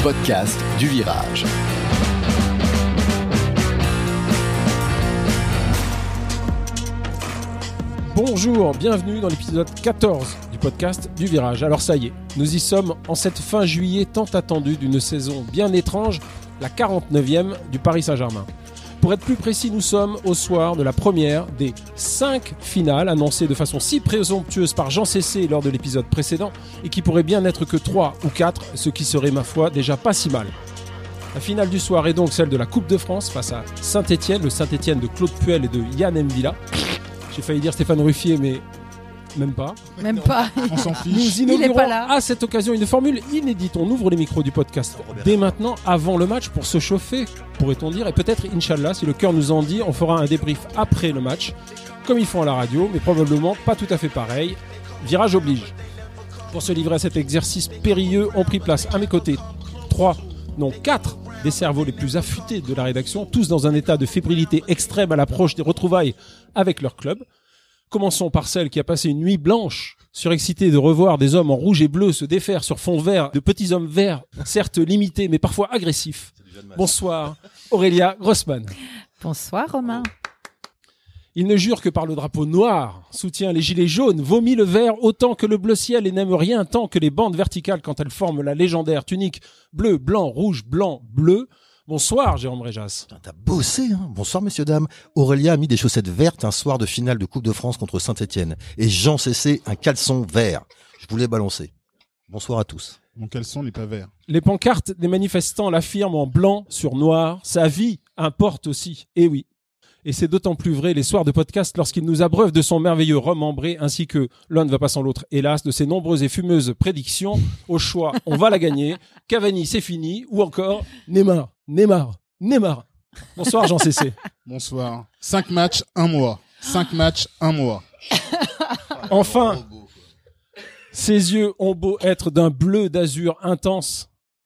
podcast du Virage. Bonjour, bienvenue dans l'épisode 14 du podcast du Virage. Alors ça y est, nous y sommes en cette fin juillet tant attendue d'une saison bien étrange, la 49e du Paris Saint-Germain. Pour être plus précis, nous sommes au soir de la première des 5 finales annoncées de façon si présomptueuse par Jean Cessé lors de l'épisode précédent et qui pourrait bien n'être que 3 ou 4, ce qui serait ma foi déjà pas si mal. La finale du soir est donc celle de la Coupe de France face à Saint-Etienne, le Saint-Etienne de Claude Puel et de Yann M'Vila. J'ai failli dire Stéphane Ruffier, mais même pas. Même pas. On s'en fiche. Nous inaugurons à cette occasion une formule inédite. On ouvre les micros du podcast dès maintenant, avant le match, pour se chauffer, pourrait-on dire. Et peut-être, Inch'Allah, si le cœur nous en dit, on fera un débrief après le match, comme ils font à la radio, mais probablement pas tout à fait pareil. Virage oblige. Pour se livrer à cet exercice périlleux, ont pris place à mes côtés 4 des cerveaux les plus affûtés de la rédaction, tous dans un état de fébrilité extrême à l'approche des retrouvailles avec leur club. Commençons par celle qui a passé une nuit blanche, surexcitée de revoir des hommes en rouge et bleu se défaire sur fond vert, de petits hommes verts, certes limités mais parfois agressifs. Bonsoir, Aurélia Grossman. Bonsoir, Romain. Il ne jure que par le drapeau noir, soutient les gilets jaunes, vomit le vert autant que le bleu ciel et n'aime rien tant que les bandes verticales quand elles forment la légendaire tunique bleu, blanc, rouge, blanc, bleu. Bonsoir, Jérôme Réjas. T'as bossé, hein. Bonsoir, messieurs, dames. Aurélia a mis des chaussettes vertes un soir de finale de Coupe de France contre Saint-Etienne. Et Jean Cessé, un caleçon vert. Je voulais balancer. Bonsoir à tous. Mon caleçon n'est pas vert. Les pancartes des manifestants l'affirment en blanc sur noir. Sa vie importe aussi. Et oui. Et c'est d'autant plus vrai les soirs de podcast lorsqu'il nous abreuve de son merveilleux rhum ambré ainsi que, l'un ne va pas sans l'autre, hélas, de ses nombreuses et fumeuses prédictions. Au choix, on va la gagner. Cavani, c'est fini. Ou encore, Neymar. Bonsoir, Jean Cessé. Bonsoir. 5 matchs, 1 mois. 5 matchs, 1 mois. Enfin, ses yeux ont beau être d'un bleu d'azur intense.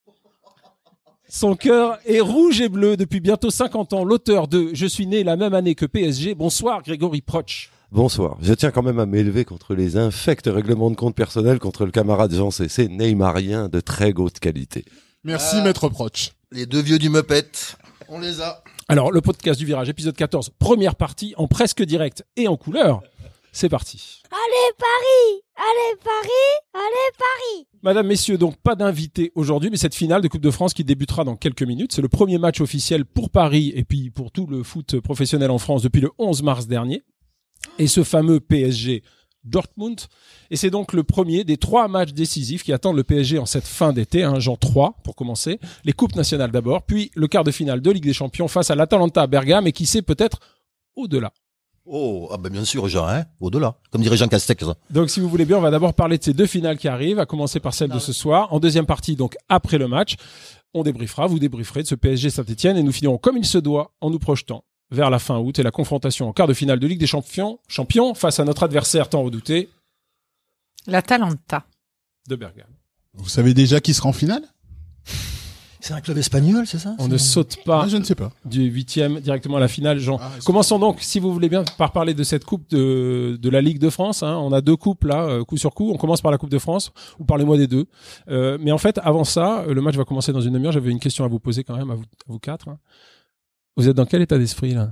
Son cœur est rouge et bleu depuis bientôt 50 ans. L'auteur de « Je suis né la même année que PSG ». Bonsoir, Grégory Proch. Bonsoir. Je tiens quand même à m'élever contre les infects règlements de compte personnels contre le camarade Jean Cessé, neymarien de très haute qualité. Merci, Maître Proch. Les deux vieux du Muppet, on les a. Alors, le podcast du Virage, épisode 14, première partie, en presque direct et en couleur. C'est parti. Allez Paris, allez Paris, allez Paris. Madame, messieurs, donc pas d'invité aujourd'hui, mais cette finale de Coupe de France qui débutera dans quelques minutes. C'est le premier match officiel pour Paris et puis pour tout le foot professionnel en France depuis le 11 mars dernier. Et ce fameux PSG Dortmund. Et c'est donc le premier des 3 matchs décisifs qui attendent le PSG en cette fin d'été, genre 3 pour commencer. Les coupes nationales d'abord, puis le quart de finale de Ligue des Champions face à l'Atalanta à Bergame et qui sait peut-être au-delà. Oh, ah ben bien sûr, Jean, hein, au-delà, comme dirait Jean Castex. Donc, si vous voulez bien, on va d'abord parler de ces 2 finales qui arrivent, à commencer par celle de ce soir. En deuxième partie, donc après le match, on débriefera, vous débrieferez de ce PSG Saint-Etienne et nous finirons comme il se doit en nous projetant vers la fin août et la confrontation en quart de finale de Ligue des Champions face à notre adversaire tant redouté, l'Atalanta de Bergame. Vous savez déjà qui sera en finale ? C'est un club espagnol, c'est ça ? On ne saute pas, je ne sais pas du 8e directement à la finale, Jean. Commençons donc, si vous voulez bien, par parler de cette coupe de la Ligue de France. On a 2 coupes là, coup sur coup. On commence par la Coupe de France, ou parlez-moi des 2. Mais en fait, avant ça, le match va commencer dans une demi-heure. J'avais une question à vous poser quand même, à vous 4. Vous êtes dans quel état d'esprit là ?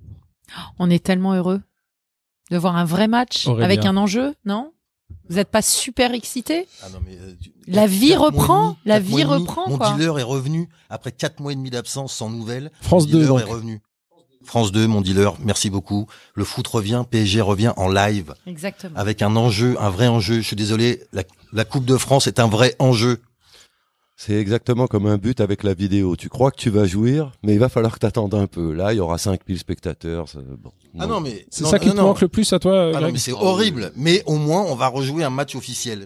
On est tellement heureux de voir un vrai match Aurélien. avec un enjeu, non ? Vous n'êtes pas super excité ? Ah non, mais, La vie reprend, Mon quoi. dealer est revenu après 4 mois et demi d'absence sans nouvelles. France 2 donc. Mon dealer est revenu. France 2, mon dealer, merci beaucoup. Le foot revient, PSG revient en live. Exactement. Avec un enjeu, un vrai enjeu. Je suis désolé, la Coupe de France est un vrai enjeu. C'est exactement comme un but avec la vidéo. Tu crois que tu vas jouir, mais il va falloir que t'attendes un peu. Là, il y aura 5000 spectateurs. Ah non, mais c'est ça qui te manque le plus à toi, Greg ? non, mais c'est horrible. Mais au moins, on va rejouer un match officiel.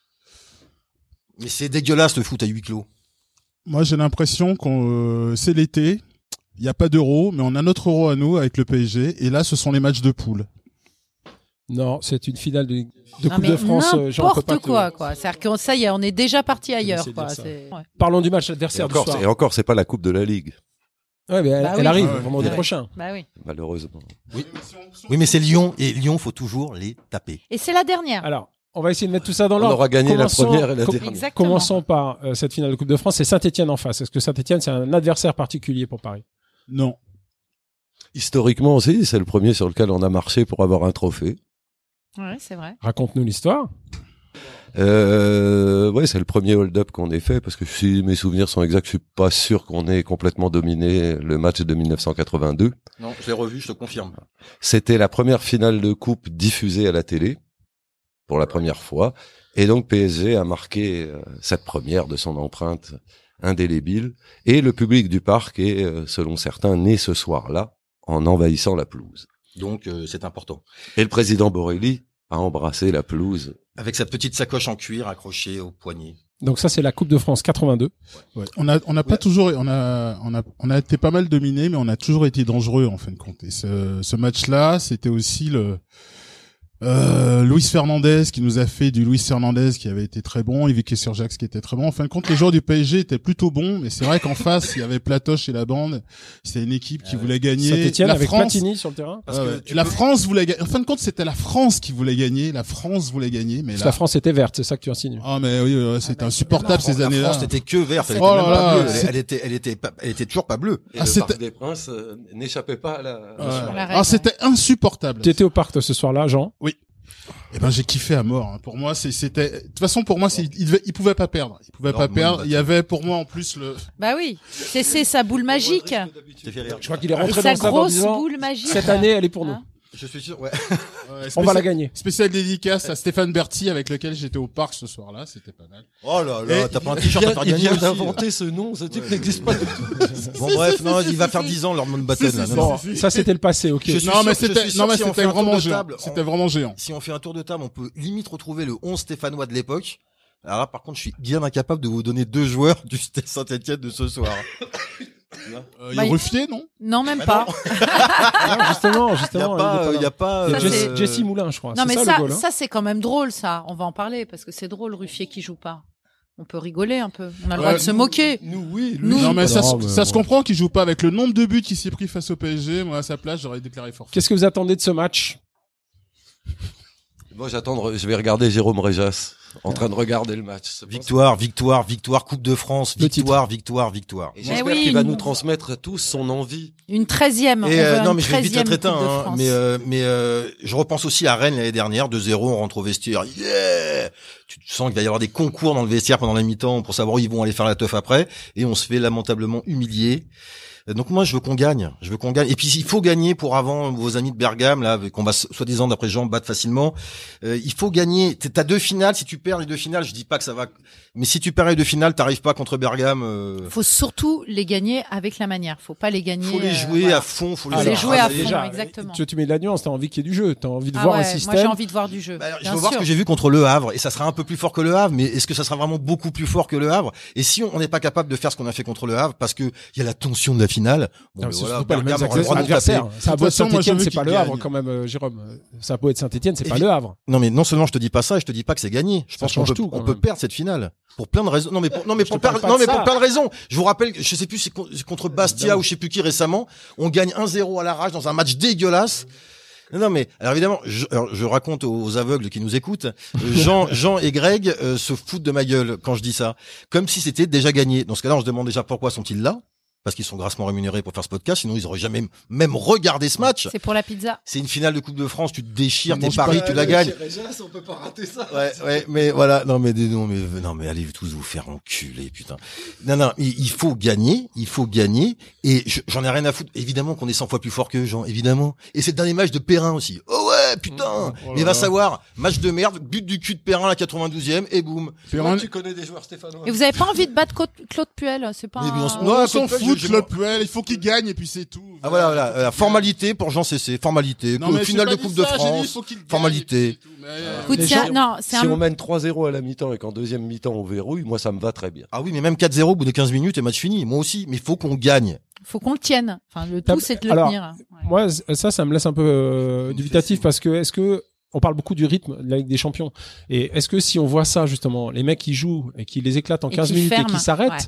Mais c'est dégueulasse le foot à huis clos. Moi, j'ai l'impression qu'on c'est l'été, il n'y a pas d'euro, mais on a notre euro à nous avec le PSG. Et là, ce sont les matchs de poule. Non, c'est une finale de Coupe de France. N'importe quoi. C'est-à-dire que ça y est, on est déjà parti ailleurs. Quoi. Ouais. Parlons du match adversaire du soir. Et encore, c'est pas la Coupe de la Ligue. Ouais, mais elle arrive vendredi prochain. Bah oui. Malheureusement. Oui, mais c'est Lyon et Lyon, faut toujours les taper. Et c'est la dernière. Alors, On va essayer de mettre tout ça dans On l'ordre. aura gagné la première et la dernière. Exactement. Commençons par cette finale de Coupe de France. C'est Saint-Etienne en face. Est-ce que Saint-Etienne, c'est un adversaire particulier pour Paris? Non. Historiquement aussi, c'est le premier sur lequel on a marché pour avoir un trophée. Ouais, c'est vrai. Raconte-nous l'histoire. Ouais, c'est le premier hold-up qu'on ait fait parce que si mes souvenirs sont exacts, je suis pas sûr qu'on ait complètement dominé le match de 1982. Non, je l'ai revu, je te confirme. C'était la première finale de coupe diffusée à la télé pour la première fois, et donc PSG a marqué cette première de son empreinte indélébile, et le public du parc est, selon certains, né ce soir-là en envahissant la pelouse. Donc c'est important. Et le président Borelli a embrassé la pelouse. Avec sa petite sacoche en cuir accrochée au poignet. Donc ça, c'est la Coupe de France 82. Ouais. On a pas toujours, on a été pas mal dominé, mais on a toujours été dangereux en fin de compte. Et ce match-là, c'était aussi Luis Fernandez qui nous a fait du Luis Fernandez qui avait été très bon, Ivica Surjax qui était très bon. En fin de compte, les joueurs du PSG étaient plutôt bons, mais c'est vrai qu'en face, il y avait Platoche et la bande. C'était une équipe qui voulait gagner. Saint-Etienne La avec France, Platini sur le terrain. Parce que la France voulait gagner. En fin de compte, c'était la France qui voulait gagner. La France voulait gagner, mais Parce que là. la France était verte, c'est ça que tu insinues. Ah mais oui, c'était insupportable ces la années-là. France n'était que verte, elle Oh était là même pas là, bleue. Elle était toujours pas bleue. Et Ah, le c'était- Parc des Princes n'échappait pas à la... Ah, c'était insupportable. Tu étais au parc ce soir-là, Jean. Eh ben j'ai kiffé à mort. Hein. Pour moi, c'était. De toute façon, pour moi, il pouvait pas perdre. Il pouvait Alors, pas moi, perdre. bah, Il y avait pour moi en plus le. Bah oui, c'est sa boule magique. Je t'ai fait rire. Je crois qu'il est Et rentré sa dans le stade en grosse disant boule magique. cette année, elle est pour nous. Hein Je suis sûr, ouais. On va la gagner. Spécial dédicace à Stéphane Berti avec lequel j'étais au parc ce soir-là. C'était pas mal. Oh là Et là, t'as pas un t-shirt à faire Il gagner vient aussi. d'inventer ce nom, ce type n'existe pas du tout. Bon bref, non, il va faire 10 ans leur Mountbatten là. Non, non. Bon, ça c'était le passé, ok. Je suis Non mais sûr- je c'était, suis sûr non mais que si on c'était fait un tour vraiment de géant. table, C'était vraiment géant. Si on fait un tour de table, on peut limite retrouver le 11 stéphanois de l'époque. Alors là, par contre, je suis bien incapable de vous donner 2 joueurs du Stade Saint-Etienne de ce soir. Il Bah, y a Ruffier, non? Non, même Bah pas. Non, justement, Il y a pas, Il y a Ça, Jesse Moulin, je crois. Non, C'est mais ça, le goal, hein. ça c'est quand même drôle, ça. On va en parler parce que c'est drôle, Ruffier qui joue pas. On peut rigoler un peu. On a le droit de se moquer. Nous, oui. Nous- Non mais ça, Non, mais ça se bon. comprend qu'il joue pas avec le nombre de buts qu'il s'est pris face au PSG. Moi à sa place, j'aurais déclaré forfait. Qu'est-ce que vous attendez de ce match? Moi, je vais regarder Jérôme Réjas en train de regarder le match. Victoire, Coupe de France, Le victoire. Et j'espère oui, qu'il va une- nous transmettre à tous son envie. Une 13e. Et non, une mais je vais vite 13e être éteint. Coupe de Hein, France. mais je repense aussi à Rennes l'année dernière, 2-0, on rentre au vestiaire. Yeah, tu sens qu'il va y avoir des concours dans le vestiaire pendant la mi-temps pour savoir où ils vont aller faire la teuf après, et on se fait lamentablement humilier. Donc moi je veux qu'on gagne, Et puis il faut gagner pour avant vos amis de Bergame là, qu'on va soi-disant d'après Jean battre facilement. Il faut gagner. T'as 2 finales. Si tu perds les 2 finales, je dis pas que ça va. Mais si tu perds les 2 finales, t'arrives pas contre Bergame. Faut surtout les gagner avec la manière. Faut pas les gagner. Faut les jouer voilà. à fond. Faut les jouer à fond, déjà, exactement. Tu mets de la nuance, t'as envie qu'il y ait du jeu, t'as envie de Ah voir ouais, un système. moi j'ai envie de voir du jeu. Bah, je bien veux voir ce sûr. que j'ai vu contre Le Havre, et ça sera un peu plus fort que Le Havre, mais est-ce que ça sera vraiment beaucoup plus fort que Le Havre? Et si on n'est pas capable de faire ce qu'on a fait contre Le Havre, parce que il y a la tension de la finale, bon, Non, ben ce voilà, sont pas les mêmes Bergame aura le droit de nous adversaires. taper. Ça a De beau toute être façon, moi, je Saint-Etienne, veux c'est qu'il pas le Havre gagne. quand même, Jérôme. Ça a beau être Saint-Etienne, c'est pas Évi- le Havre. Non, mais non seulement je te dis pas ça, et je te dis pas que c'est gagné. Je Ça pense qu'on change peut, tout, quand on peut même. perdre cette finale. Pour plein de raisons. Non, mais pour te plein parle pas de ça. de raisons. Je vous rappelle, je sais plus, c'est contre Bastia ou je sais plus qui récemment. On gagne 1-0 à l'arrache dans un match dégueulasse. Non, mais alors évidemment, je raconte aux aveugles qui nous écoutent. Jean et Greg se foutent de ma gueule quand je dis ça, comme si c'était déjà gagné. Dans ce cas-là, on se demande déjà pourquoi sont-ils là, parce qu'ils sont grassement rémunérés pour faire ce podcast. Sinon, ils auraient jamais même regardé ce match. C'est pour la pizza. C'est une finale de Coupe de France, tu te déchires, On tes mange paris, pas tu la gagnes. On peut pas rater ça. Ouais, mais voilà, non, mais allez tous vous faire enculer, putain. Non, il faut gagner, et j'en ai rien à foutre. Évidemment qu'on est 100 fois plus fort que Jean, évidemment. Et c'est le dernier match de Perrin aussi. Oh ouais, putain. Mais va savoir, match de merde, but du cul de Perrin à la 92e, et boum. Perrin, Tu connais des joueurs stéphanois. Et vous avez pas envie de battre Claude Puel? C'est pas. Mais on s- un- non, on s'en Claude Puel, fout, j'ai- Claude Puel. Il faut qu'il gagne et puis c'est tout. Ah voilà, formalité pour Jean CC, formalité. Non, mais Finale j'ai de pas Coupe dit de ça, j'ai dit, il France, faut qu'il gagne, formalité. et puis c'est tout. Mais, Écoute, Les c'est un- gens- non, c'est Si un. on mène 3-0 à la mi-temps et qu'en deuxième mi-temps on verrouille, moi ça me va très bien. Ah oui, mais même 4-0 au bout de 15 minutes et match fini. Moi aussi, mais il faut qu'on gagne. Faut qu'on le tienne. Enfin, le tout, c'est de le Alors, tenir. Ouais. Moi, ça me laisse un peu dubitatif parce que est-ce que on parle beaucoup du rythme de la Ligue des Champions et est-ce que si on voit ça justement, les mecs qui jouent et qui les éclatent en Et 15 qui minutes ferment, et qui s'arrêtent, ouais.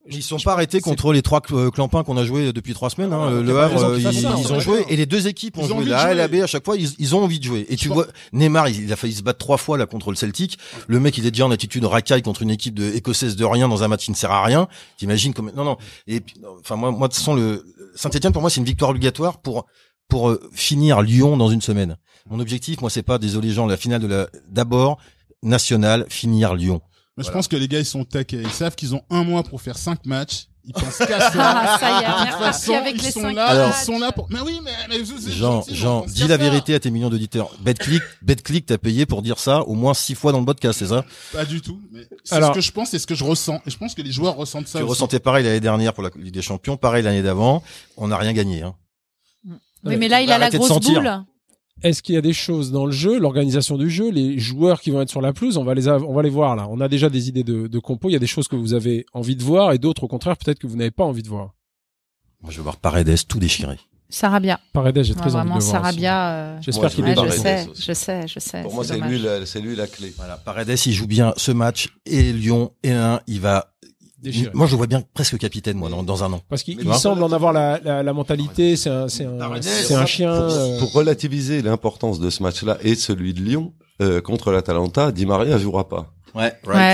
Ils sont pas arrêtés contre les 3 clampins qu'on a joué depuis 3 semaines. Hein. Le Havre, ils ont joué et les 2 équipes ont joué. La A et la B à chaque fois, ils ont envie de jouer. Et tu vois, Neymar, il a failli se battre 3 fois là contre le Celtic. Le mec, il est déjà en attitude racaille contre une équipe écossaise de rien dans un match qui ne sert à rien. T'imagines comme non. Et puis, enfin moi de toute façon le Saint-Étienne pour moi c'est une victoire obligatoire pour finir Lyon dans une semaine. Mon objectif, moi, c'est pas désolé gens la finale d'abord nationale, finir Lyon. Mais je pense que les gars, ils sont taqués. Ils savent qu'ils ont 1 mois pour faire 5 matchs. Ils pensent qu'à ça. Ah, ça y est, De toute façon, avec les 5 ils sont là pour, mais oui, mais Jean, dis la vérité à tes millions d'auditeurs. BetClick t'a payé pour dire ça au moins 6 fois dans le podcast, c'est ça? Pas du tout. Mais c'est ce que je pense et ce que je ressens. Et je pense que les joueurs ressentent ça. Tu aussi. ressentais pareil l'année dernière pour la Ligue des Champions, pareil l'année d'avant. On n'a rien gagné, hein. Oui, mais là, il a la grosse boule. Est-ce qu'il y a des choses dans le jeu, l'organisation du jeu, les joueurs qui vont être sur la pelouse, on va les voir là. On a déjà des idées de compos. Il y a des choses que vous avez envie de voir et d'autres au contraire peut-être que vous n'avez pas envie de voir. Moi, je veux voir Paredes tout déchirer. Sarabia. Paredes, j'ai très envie de le voir. Sarabia. J'espère qu'il est barré. Je sais. Pour moi, c'est lui la clé. Voilà, Paredes, il joue bien ce match et Lyon et 1, il va déchirer. Moi, je le vois bien presque capitaine, moi, dans un an. Parce qu'il semble en avoir la mentalité. C'est un chien. Pour relativiser l'importance de ce match-là et celui de Lyon contre l'Atalanta, Di Maria jouera pas. Ouais.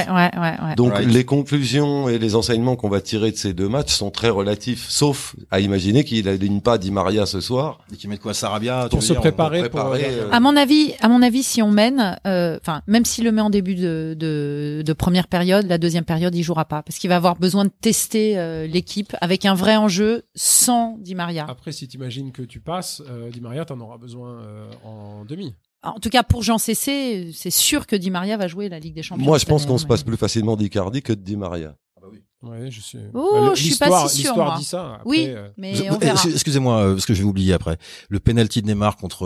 Donc les conclusions et les enseignements qu'on va tirer de ces 2 matchs sont très relatifs, sauf à imaginer qu'il aligne pas Di Maria ce soir et qu'il met quoi Sarabia pour se préparer. À mon avis, si on mène, même s'il le met en début de première période, la deuxième période, il jouera pas parce qu'il va avoir besoin de tester l'équipe avec un vrai enjeu sans Di Maria. Après, si t'imagines que tu passes, Di Maria, t'en auras besoin en demi. En tout cas, pour Jean Cessé, c'est sûr que Di Maria va jouer la Ligue des Champions. Moi, je pense qu'on se passe plus facilement d'Icardi que de Di Maria. Ah bah oui. Ouais, je sais. Oh, je suis pas si sûr, l'histoire moi. dit ça. Après, oui, mais on verra. Excusez-moi, parce que je vais oublier après. Le penalty de Neymar contre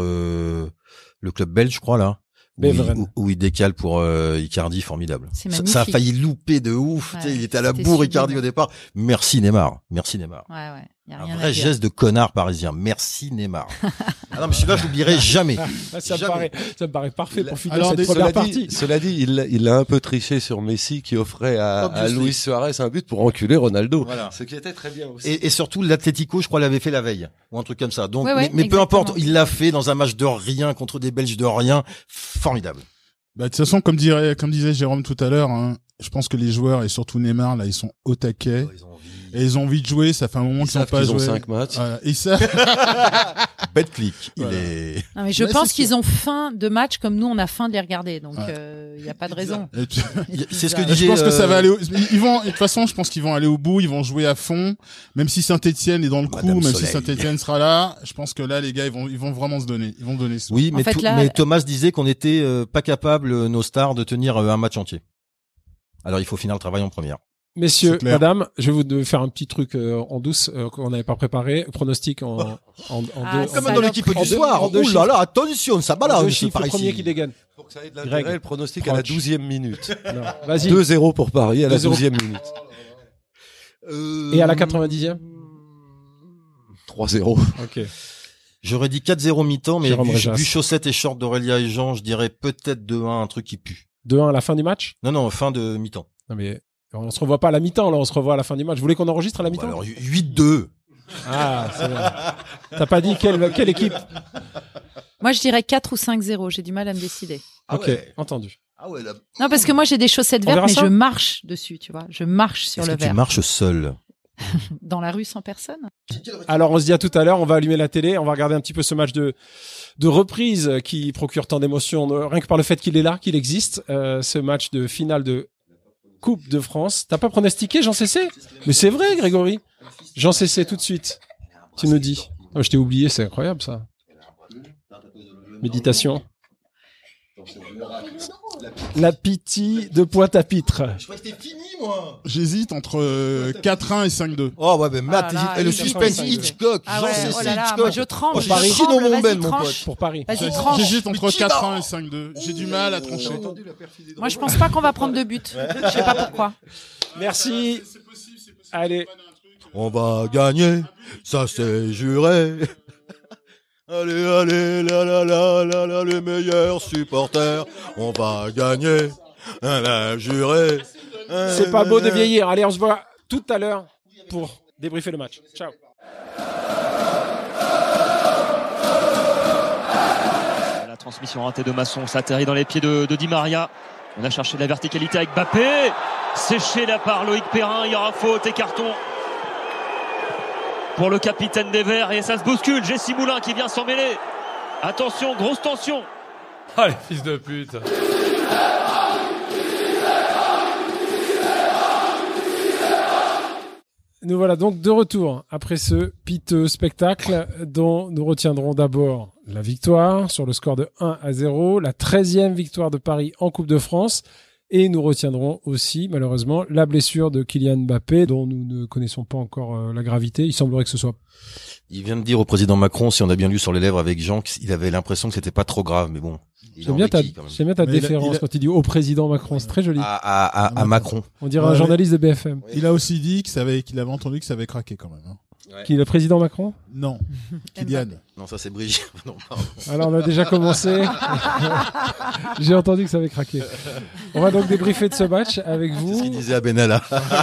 le club belge, je crois là. Où il décale pour Icardi, formidable. Ça a failli louper de ouf. Ouais, il était à la bourre Icardi au départ. Merci Neymar. Ouais. Y a rien un vrai geste de connard parisien. Merci Neymar. Ah non, mais celui-là, je l'oublierai jamais. Ça me paraît parfait pour finir cette première partie. Cela dit, il a un peu triché sur Messi qui offrait à Luis Suarez un but pour enculer Ronaldo. Voilà. Ce qui était très bien aussi. Et surtout, l'Atlético, je crois, l'avait fait la veille. Ou un truc comme ça. Donc, mais peu importe, il l'a fait dans un match de rien contre des Belges de rien. Formidable. Bah, de toute façon, comme disait Jérôme tout à l'heure, hein, je pense que les joueurs et surtout Neymar, là, ils sont au taquet. Et ils ont envie de jouer, ça fait un moment qu'ils n'ont pas joué. Ils ont 5 matchs. Et ça. BetClick, Non, mais je pense qu'ils ont faim de match comme nous, on a faim de les regarder. Donc, il y a pas de raison. C'est ce que disait. Je pense que ça va aller de toute façon, je pense qu'ils vont aller au bout, ils vont jouer à fond. Même si Saint-Étienne est dans le coup, même si Saint-Étienne sera là, je pense que là, les gars, ils vont vraiment se donner. Ils vont donner ça. Oui, mais Thomas disait qu'on était pas capable, nos stars, de tenir un match entier. Alors, il faut finir le travail en première. Messieurs, madame, je vais vous faire un petit truc en douce qu'on n'avait pas préparé. Pronostic en deux. Comme dans l'équipe du soir. Oh là là, attention, ça balance. C'est le premier qui dégaine. Pour que ça ait de l'intérêt, le pronostic à la 12e minute. Vas-y. 2-0 pour Paris à la 12e minute. Et à la 90e 3-0. Ok. J'aurais dit 4-0 mi-temps, mais vu chaussettes et shorts d'Aurélia et Jean, je dirais peut-être 2-1, un truc qui pue. 2-1 à la fin du match? Non, fin de mi-temps. Non mais on se revoit pas à la mi-temps, là, on se revoit à la fin du match. Vous voulez qu'on enregistre à la mi-temps? Alors 8-2. Ah, c'est bien. T'as pas dit quelle équipe? Moi, je dirais 4 ou 5-0. J'ai du mal à me décider. Ok, entendu. Ah ouais, là... Non, parce que moi, j'ai des chaussettes vertes, mais je marche dessus, tu vois. Je marche sur le verre. Tu marches seul? Dans la rue sans personne? Alors, on se dit à tout à l'heure, on va allumer la télé, on va regarder un petit peu ce match de reprise qui procure tant d'émotions, rien que par le fait qu'il est là, qu'il existe, ce match de finale de Coupe de France. T'as pas pronostiqué, Jean Cessé? Mais c'est vrai, Grégory. Jean Cessé, tout de suite. Tu nous dis. Oh, je t'ai oublié, c'est incroyable, ça. Méditation. La pitié de Pointe-à-Pitre. Je crois que c'était fini, moi. J'hésite entre 4-1 et 5-2. Oh ouais, mais Matt, le suspense Hitchcock. Ah ouais, Jean Cessé, Hitchcock. Hitchcock. Je tremble. Je chie dans mon ben, mon pote. Pour Paris. Vas-y, tranche. J'hésite entre 4-1 et 5-2. J'ai du mal à trancher. Moi, je pense pas qu'on va prendre 2 buts. Je sais pas pourquoi. Merci. Allez. On va gagner. Ça, c'est juré. Allez, là, les meilleurs supporters. On va gagner. La juré. C'est pas beau de vieillir. Allez, on se voit tout à l'heure pour débriefer le match. Ciao. La transmission ratée de Masson, ça atterrit dans les pieds de Di Maria. On a cherché de la verticalité avec Mbappé. Séché là par Loïc Perrin, il y aura faute et carton pour le capitaine des Verts. Et ça se bouscule, Jesse Moulin qui vient s'en mêler. Attention, grosse tension. Ah, les fils de pute. Nous voilà donc de retour après ce piteux spectacle dont nous retiendrons d'abord la victoire sur le score de 1-0, la 13e victoire de Paris en Coupe de France, et nous retiendrons aussi malheureusement la blessure de Kylian Mbappé dont nous ne connaissons pas encore la gravité. Il semblerait que ce soit... Il vient de dire au président Macron, si on a bien lu sur les lèvres avec Jean, qu'il avait l'impression que c'était pas trop grave, mais bon. J'aime bien ta déférence quand il dit au président Macron, c'est très joli. À Macron. On dirait un journaliste de BFM. Il a aussi dit qu'il avait entendu que ça avait craqué quand même. Hein. Ouais. Qui est le président Macron? Non. Kylian. Non, ça c'est Brigitte. Non, pardon. Alors on a déjà commencé. J'ai entendu que ça avait craqué. On va donc débriefer de ce match avec vous. C'est ce qu'il disait à Benalla.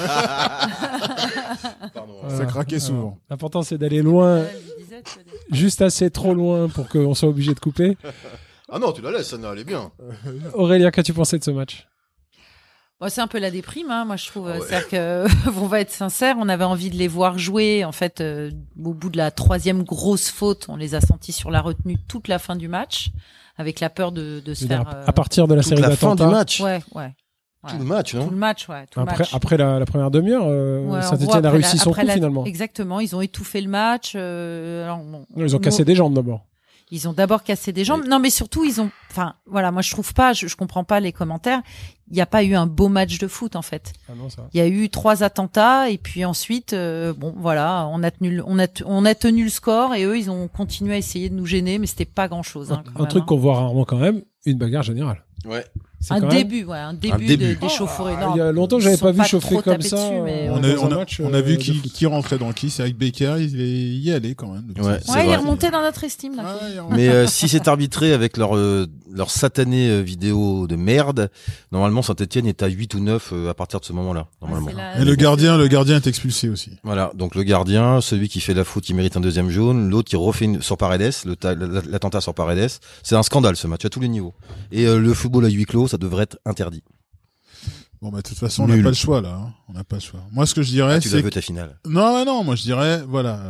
Pardon. Ça craquait souvent. L'important c'est d'aller loin, juste assez trop loin pour qu'on soit obligé de couper. Ah non, tu la laisses, ça elle est bien. Aurélia, qu'as-tu pensé de ce match? Bon, c'est un peu la déprime, hein, moi je trouve. C'est-à-dire que, on va être sincère, on avait envie de les voir jouer. En fait, au bout de la 3e grosse faute, on les a sentis sur la retenue toute la fin du match, avec la peur de se faire. À partir de la série d'attentats. La fin du match. Ouais. Tout le match, non? Tout le match, ouais. Après la première demi-heure, Saint-Etienne a réussi son coup finalement. Exactement, ils ont étouffé le match. Ils ont cassé des jambes d'abord. Ils ont d'abord cassé des jambes. Oui. Non, mais surtout, moi, je trouve pas, je comprends pas les commentaires. Il n'y a pas eu un beau match de foot, en fait. Ah non, ça. Il y a eu 3 attentats, et puis ensuite, on a tenu le score, et eux, ils ont continué à essayer de nous gêner, mais c'était pas grand chose, hein, un truc qu'on voit rarement quand même, une bagarre générale. Ouais. Un début d'échauffourée. Il y a longtemps que j'avais pas vu chauffer comme ça. Dessus, mais on a vu qui rentrait dans qui. C'est avec Becker, il y allait quand même. Ouais, il est remonté dans notre estime. Là. Mais si c'est arbitré avec leur satanée vidéo de merde, normalement Saint-Etienne est à 8 ou 9 à partir de ce moment-là. Normalement. Et le gardien est expulsé aussi. Voilà, donc le gardien, celui qui fait la faute, il mérite un 2e jaune. L'autre qui refait sur Paredes, l'attentat sur Paredes. C'est un scandale ce match à tous les niveaux. Et le football à huis clos, ça devrait être interdit. Bon, de toute façon, on n'a pas le choix, là. Hein. On n'a pas le choix. Moi, ce que je dirais, tu la veux ta finale. Non, moi, je dirais, voilà,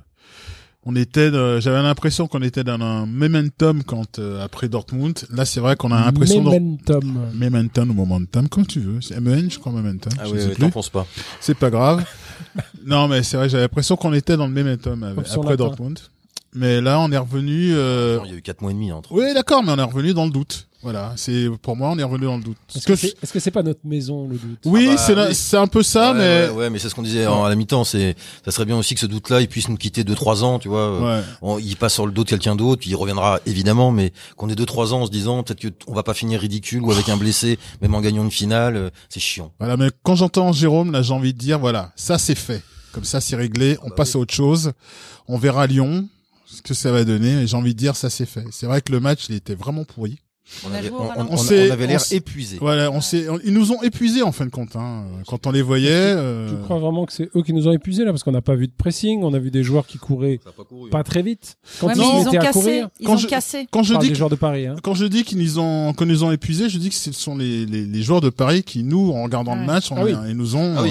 j'avais l'impression qu'on était dans un momentum quand, après Dortmund. Là, c'est vrai qu'on a l'impression momentum ou momentum, comme tu veux. C'est MEN, je crois, momentum. Ah oui, t'en penses pas. C'est pas grave. Non, mais c'est vrai, j'avais l'impression qu'on était dans le momentum après Dortmund. Mais là, on est revenu, il y a eu 4 mois et demi entre. Oui, d'accord, mais on est revenu dans le doute. Voilà, pour moi, on est revenu dans le doute. Est-ce que c'est pas notre maison, le doute? Oui, c'est un peu ça, mais. Ouais, mais c'est ce qu'on disait à la mi-temps, ça serait bien aussi que ce doute-là, il puisse nous quitter 2-3 ans, tu vois. Il passe sur le dos de quelqu'un d'autre, puis il reviendra, évidemment, mais qu'on ait 2-3 ans en se disant, peut-être qu'on va pas finir ridicule ou avec un blessé, même en gagnant une finale, c'est chiant. Voilà, mais quand j'entends Jérôme, là, j'ai envie de dire, voilà, ça c'est fait. Comme ça, c'est réglé, on passe à autre chose. On verra Lyon, ce que ça va donner, et j'ai envie de dire, ça c'est fait. C'est vrai que le match, il était vraiment pourri. On avait l'air épuisé. Voilà, ils nous ont épuisés en fin de compte. Hein. Quand on les voyait. Tu crois vraiment que c'est eux qui nous ont épuisés là, parce qu'on n'a pas vu de pressing, on a vu des joueurs qui couraient pas très vite. Quand ils se mettaient à courir, ils ont cassé. Quand je dis des joueurs de Paris, hein. Quand je dis qu'on nous ont épuisés, je dis que ce sont les joueurs de Paris qui nous, en regardant le match, ils nous ont. Ah oui.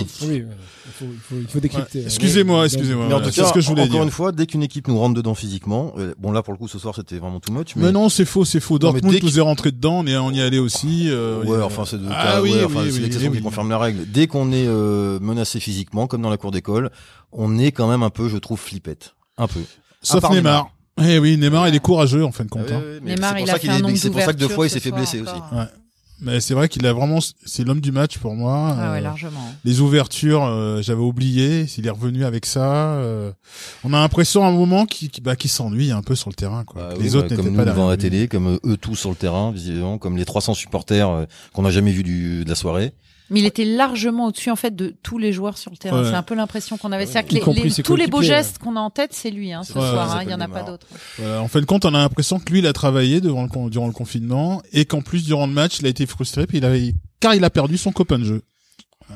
Il faut décrypter. Excusez-moi. Mais en tout cas, ce que je voulais dire. Encore une fois, dès qu'une équipe nous rentre dedans physiquement, bon là pour le coup ce soir c'était vraiment too much. Mais non, c'est faux. Dortmund nous est rentré dedans, on y allait aussi. C'est l'exception qui confirme la règle. Dès qu'on est menacé physiquement, comme dans la cour d'école, on est quand même un peu, je trouve, flippette. Un peu. Sauf Neymar. Eh oui, Neymar, il est courageux en fin de compte. Neymar, il a fait un nombre d'ouvertures. C'est pour ça que 2 fois il s'est fait blesser aussi. Ouais. Mais c'est vrai qu'il a vraiment, c'est l'homme du match pour moi. Ah ouais, largement. Les ouvertures, j'avais oublié. S'il est revenu avec ça, on a l'impression à un moment qu'il s'ennuie un peu sur le terrain, quoi. Les autres comme n'étaient nous pas devant la télé, comme eux tous sur le terrain, visiblement, comme les 300 supporters qu'on n'a jamais vus de la soirée. Mais il était largement au-dessus en fait de tous les joueurs sur le terrain. C'est un peu l'impression qu'on avait. C'est-à-dire que tous les beaux gestes qu'on a en tête, c'est lui ce soir. Il y en a pas d'autres. Voilà, en fin de compte, on a l'impression que lui, il a travaillé durant le confinement et qu'en plus durant le match, il a été frustré car il a perdu son copain de jeu.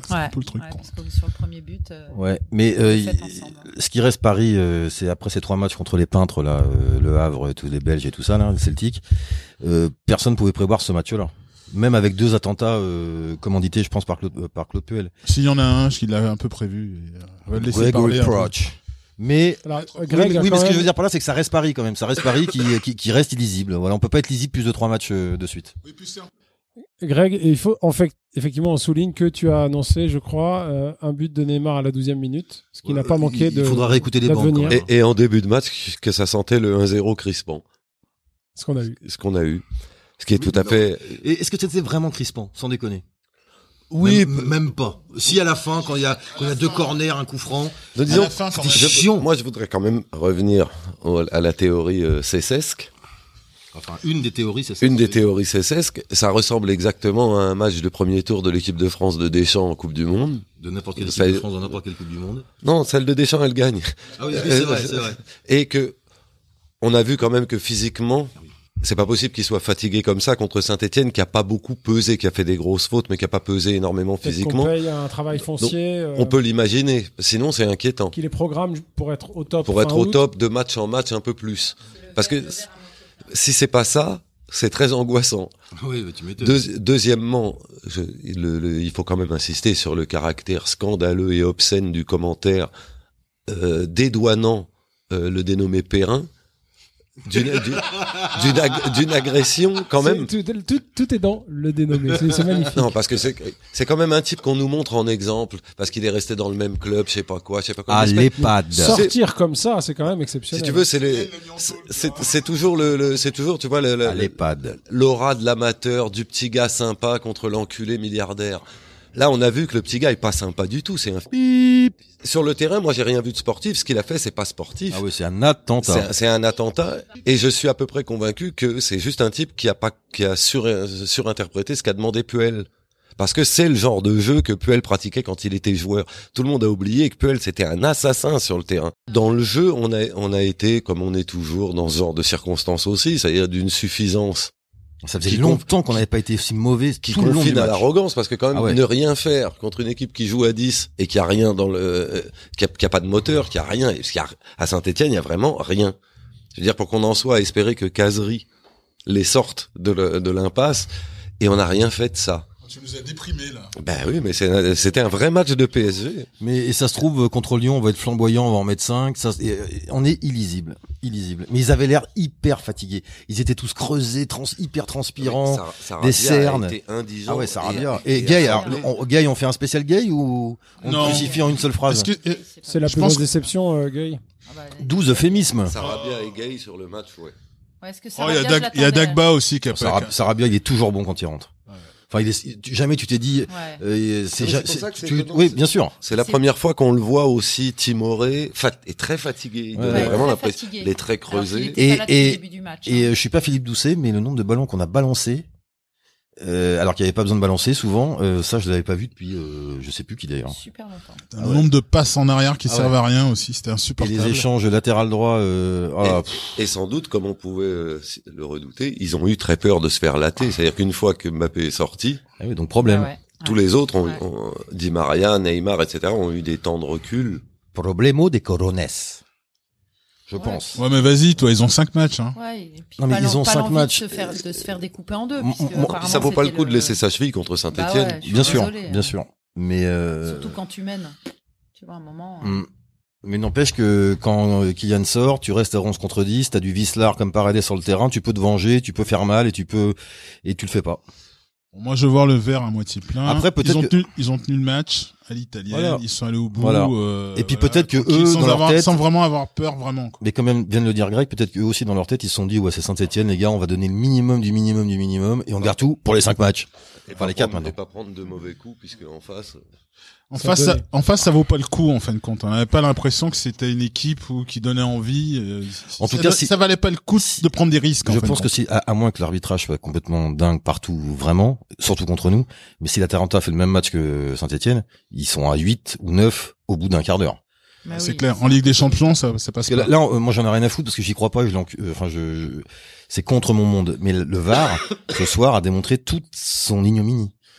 C'est un peu le truc. Parce que sur le premier but. Ouais, mais ce qui reste Paris, c'est après ces 3 matchs contre les peintres là, le Havre, tous les Belges et tout ça là, le Celtic, personne pouvait prévoir ce match-là. Même avec 2 attentats commandités, je pense par Claude Puel. S'il y en a un, je l'avais un peu prévu. On va le laisser parler. Mais alors, Greg, oui, mais ce que je veux dire par là, c'est que ça reste Paris quand même. Ça reste Paris qui reste illisible. Voilà, on peut pas être lisible plus de 3 matchs de suite. Oui, plus c'est Greg, il faut effectivement on souligne que tu as annoncé, je crois, un but de Neymar à la 12e minute, ce qui n'a pas manqué de. Il faudra réécouter les bancs. Et en début de match, que ça sentait le 1-0 crispant. Ce qu'on a eu. Ce qui est tout à fait. Et est-ce que c'était vraiment crispant, sans déconner? Oui, même pas. Si à la fin, quand il y a 2 corners, un coup franc, disons, c'était chiant. Moi, je voudrais quand même revenir à la théorie cécesque. Enfin, une des théories cécesque, ça ressemble exactement à un match de premier tour de l'équipe de France de Deschamps en Coupe du Monde. De n'importe quelle équipe de France dans n'importe quelle Coupe du Monde. Non, celle de Deschamps, elle gagne. Ah oui, c'est vrai. Et que, on a vu quand même que physiquement, c'est pas possible qu'il soit fatigué comme ça contre Saint-Etienne, qui a pas beaucoup pesé, qui a fait des grosses fautes, mais qui a pas pesé énormément physiquement. On paye un travail foncier. Donc, on peut l'imaginer. Sinon, c'est inquiétant. Qui les programme pour être au top. Pour être au top de match en match un peu plus. Parce que si c'est pas ça, c'est très angoissant. Oui, mais tu m'étonnes. Deuxièmement, il faut quand même insister sur le caractère scandaleux et obscène du commentaire dédouanant le dénommé Perrin. D'une agression quand même. Tout est dans le dénommé. C'est magnifique. Non, parce que c'est quand même un type qu'on nous montre en exemple parce qu'il est resté dans le même club, je sais pas quoi. À l'EHPAD. Sortir comme ça, c'est quand même exceptionnel. Si tu veux, c'est toujours c'est toujours, tu vois, à l'EHPAD. L'aura de l'amateur, du petit gars sympa contre l'enculé milliardaire. Là, on a vu que le petit gars est pas sympa du tout. C'est un pip. Sur le terrain, moi, j'ai rien vu de sportif. Ce qu'il a fait, c'est pas sportif. Ah oui, c'est un attentat. C'est un attentat. Et je suis à peu près convaincu que c'est juste un type qui a surinterprété ce qu'a demandé Puel. Parce que c'est le genre de jeu que Puel pratiquait quand il était joueur. Tout le monde a oublié que Puel, c'était un assassin sur le terrain. Dans le jeu, on a été, comme on est toujours dans ce genre de circonstances aussi, c'est-à-dire d'une suffisance. Ça faisait longtemps qu'on n'avait pas été aussi mauvais qui confine à l'arrogance, parce que quand même ne rien faire contre une équipe qui joue à 10 et qui a rien dans qui a pas de moteur, qui a rien, parce qu'à Saint-Etienne, il y a vraiment rien. Je veux dire, pour qu'on en soit à espérer que Cazerie les sorte de l'impasse, et on n'a rien fait de ça. Tu nous as déprimés, là. Ben oui, mais c'était un vrai match de PSG. Mais ça se trouve, contre Lyon, on va être flamboyant, on va en mettre 5. On est illisible. Mais ils avaient l'air hyper fatigués. Ils étaient tous creusés, hyper transpirants, des cernes. Indigent. Ah ouais, Sarabia. Et Gay, Gay, on fait un spécial Gay ou on le crucifie en une seule phrase? C'est la plus grosse déception, Gay. 12 euphémismes. Sarabia et Gay sur le match, ouais. Il y a Dagba aussi qui a Sarabia, il est toujours bon quand il rentre. Enfin, jamais tu t'es dit, oui, bien sûr. C'est la première fois qu'on le voit aussi timoré, et très fatigué. Il donnait vraiment l'impression, les traits creusés. Et je suis pas Philippe Doucet, mais le nombre de ballons qu'on a balancés, alors qu'il n'y avait pas besoin de balancer souvent, ça je l'avais pas vu depuis je sais plus qui d'ailleurs. Super longtemps. Un nombre de passes en arrière qui servent à rien aussi, c'était insupportable. Et les échanges latéral droit et sans doute, comme on pouvait le redouter, ils ont eu très peur de se faire latter, c'est-à-dire qu'une fois que Mbappé est sorti, donc problème. Tous les autres ont Di Maria, Neymar, etc. ont eu des temps de recul. Problemo de Corones. Je pense. Ouais, mais vas-y, toi, ils ont 5 matchs, hein. Ouais, et puis non, mais ils ont 5 matchs. De se faire découper en deux. Ça vaut pas le coup de laisser sa cheville contre Saint-Etienne. Bah ouais, bien sûr. Mais surtout quand tu mènes. Tu vois, à un moment. Mais n'empêche que quand Kylian sort, tu restes à 11 contre 10, t'as du Vislar comme Paredes sur le terrain, tu peux te venger, tu peux faire mal et tu le fais pas. Moi, je veux voir le verre à moitié plein. Après, peut-être ils ont tenu le match à l'italienne. Voilà. Ils sont allés au bout. Voilà. Et puis peut-être que eux, dans leur tête, sans vraiment avoir peur, vraiment. Quoi. Mais quand même, vient de le dire Greg, peut-être qu'eux aussi dans leur tête, ils se sont dit, ouais, c'est Saint-Etienne, les gars, on va donner le minimum du minimum, et on garde tout pour les 5 matchs. Enfin, les 4 maintenant. Et pas prendre de mauvais coups, puisque en face. En face, ça vaut pas le coup, en fin de compte. On n'avait pas l'impression que c'était une équipe qui donnait envie. En tout cas, ça valait pas le coup de prendre des risques. Je pense que si, à moins que l'arbitrage soit complètement dingue partout, vraiment, surtout contre nous, mais si l'Atalanta fait le même match que Saint-Etienne, ils sont à 8 ou 9 au bout d'un quart d'heure. C'est clair. En Ligue des Champions, ça passe pas. Là, moi, j'en ai rien à foutre parce que j'y crois pas. C'est contre mon monde. Mais le VAR, ce soir, a démontré toute son ignominie.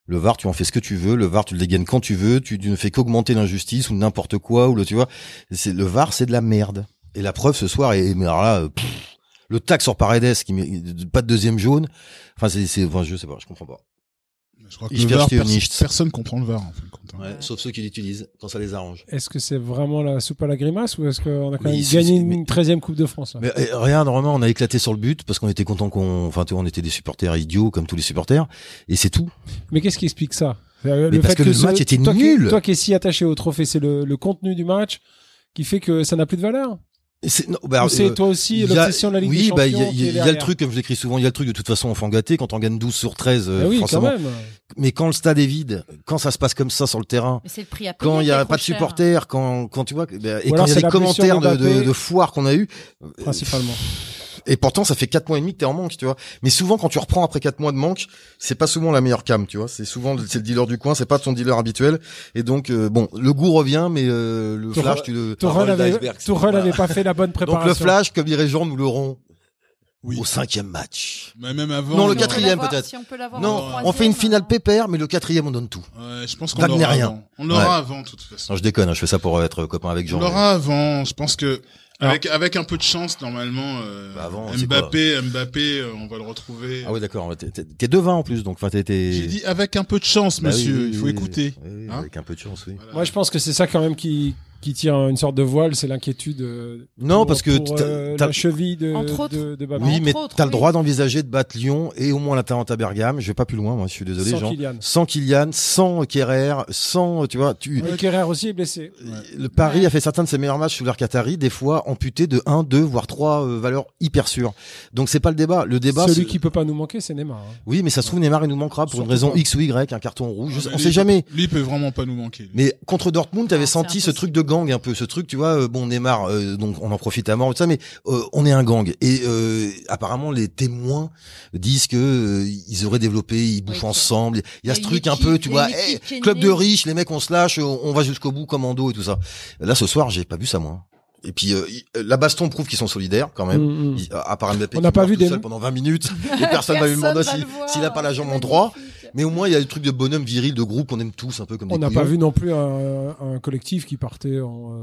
Le VAR, tu en fais ce que tu veux. Le VAR, tu le dégaines quand tu veux. Tu ne fais qu'augmenter l'injustice ou n'importe quoi. Tu vois, le VAR, c'est de la merde. Et la preuve ce soir, mais alors là, le tac sur Paredes qui met pas de deuxième jaune. Enfin, je sais pas, je comprends pas. Je crois que le VAR, personne comprend le VAR en fin de compte. Ouais, sauf ceux qui l'utilisent quand ça les arrange. Est-ce que c'est vraiment la soupe à la grimace ou est-ce qu'on a quand même gagné une 13e Coupe de France là? Mais regarde, vraiment, on a éclaté sur le but parce qu'on était content on était des supporters idiots comme tous les supporters et c'est tout. Mais qu'est-ce qui explique ça? Parce que le match était nul. Toi qui es si attaché au trophée, c'est le contenu du match qui fait que ça n'a plus de valeur? C'est toi aussi l'obsession de la Ligue des Champions. Oui, il y a le truc, comme je l'écris souvent, il y a le truc de toute façon enfant gâté quand on gagne 12 sur 13 oui, forcément. Quand même. Mais quand le stade est vide, quand ça se passe comme ça sur le terrain, c'est le prix à payer, quand il y a pas de supporters, quand tu vois et quand il y a des commentaires de foire qu'on a eu principalement. Et pourtant, ça fait 4 mois et demi que t'es en manque, tu vois. Mais souvent, quand tu reprends après 4 mois de manque, c'est pas souvent la meilleure cam, tu vois. C'est le dealer du coin, c'est pas ton dealer habituel. Et donc, le goût revient, mais le flash, Tourelle avait pas fait la bonne préparation. Donc le flash, comme dirait Jean, nous l'aurons. Oui. Au 5e match. Mais même avant. Non, le 4e peut-être. Si on peut l'avoir non, on fait une finale pépère, mais le 4e on donne tout. Ouais, je pense qu'on l'aura avant. On l'aura avant, de toute façon. Non, je déconne, je fais ça pour être copain avec Jean. On l'aura avant, je pense que avec un peu de chance, normalement, avant, Mbappé, on va le retrouver. Ah oui, d'accord. T'es devin en plus, donc t'es. J'ai dit avec un peu de chance, monsieur. Oui, il faut écouter. Oui, hein, avec un peu de chance, oui. Voilà. Moi, je pense que c'est ça quand même qui tire une sorte de voile, c'est l'inquiétude. Non, parce que la cheville de Mbappé. Oui, mais t'as le droit d'envisager de battre Lyon et au moins l'Atalanta Bergame. Je vais pas plus loin, moi. Je suis désolé, Jean. Sans Kylian, sans Kerrer, sans, tu vois, Kerrer aussi est blessé. Le Paris a fait certains de ses meilleurs matchs sous l'ère Qatari, des fois amputés de 1, 2, voire 3 valeurs hyper sûres. Donc c'est pas le débat. Le débat. Celui qui peut pas nous manquer, c'est Neymar. Hein. Oui, mais ça se trouve Neymar il nous manquera pour une raison X ou Y, un carton rouge. On sait jamais. Lui il peut vraiment pas nous manquer. Mais contre Dortmund, t'avais senti ce truc de gang un peu, ce truc, tu vois. Bon, Neymar, donc on en profite à mort de ça, mais on est un gang. Et apparemment les témoins disent que ils auraient développé, ils bouffent ensemble. Il y a ce truc un peu, tu vois, club de riches, les mecs on se lâche, on va jusqu'au bout commando et tout ça. Là ce soir, j'ai pas vu ça moi. Et puis la baston prouve qu'ils sont solidaires quand même. À part Mbappé, on n'a pas vu des pendant 20 minutes et personne va lui demander s'il a pas la jambe en droit. Mais au moins il y a le truc de bonhomme viril, de groupe qu'on aime tous un peu comme des couillons. On n'a pas vu non plus un collectif qui partait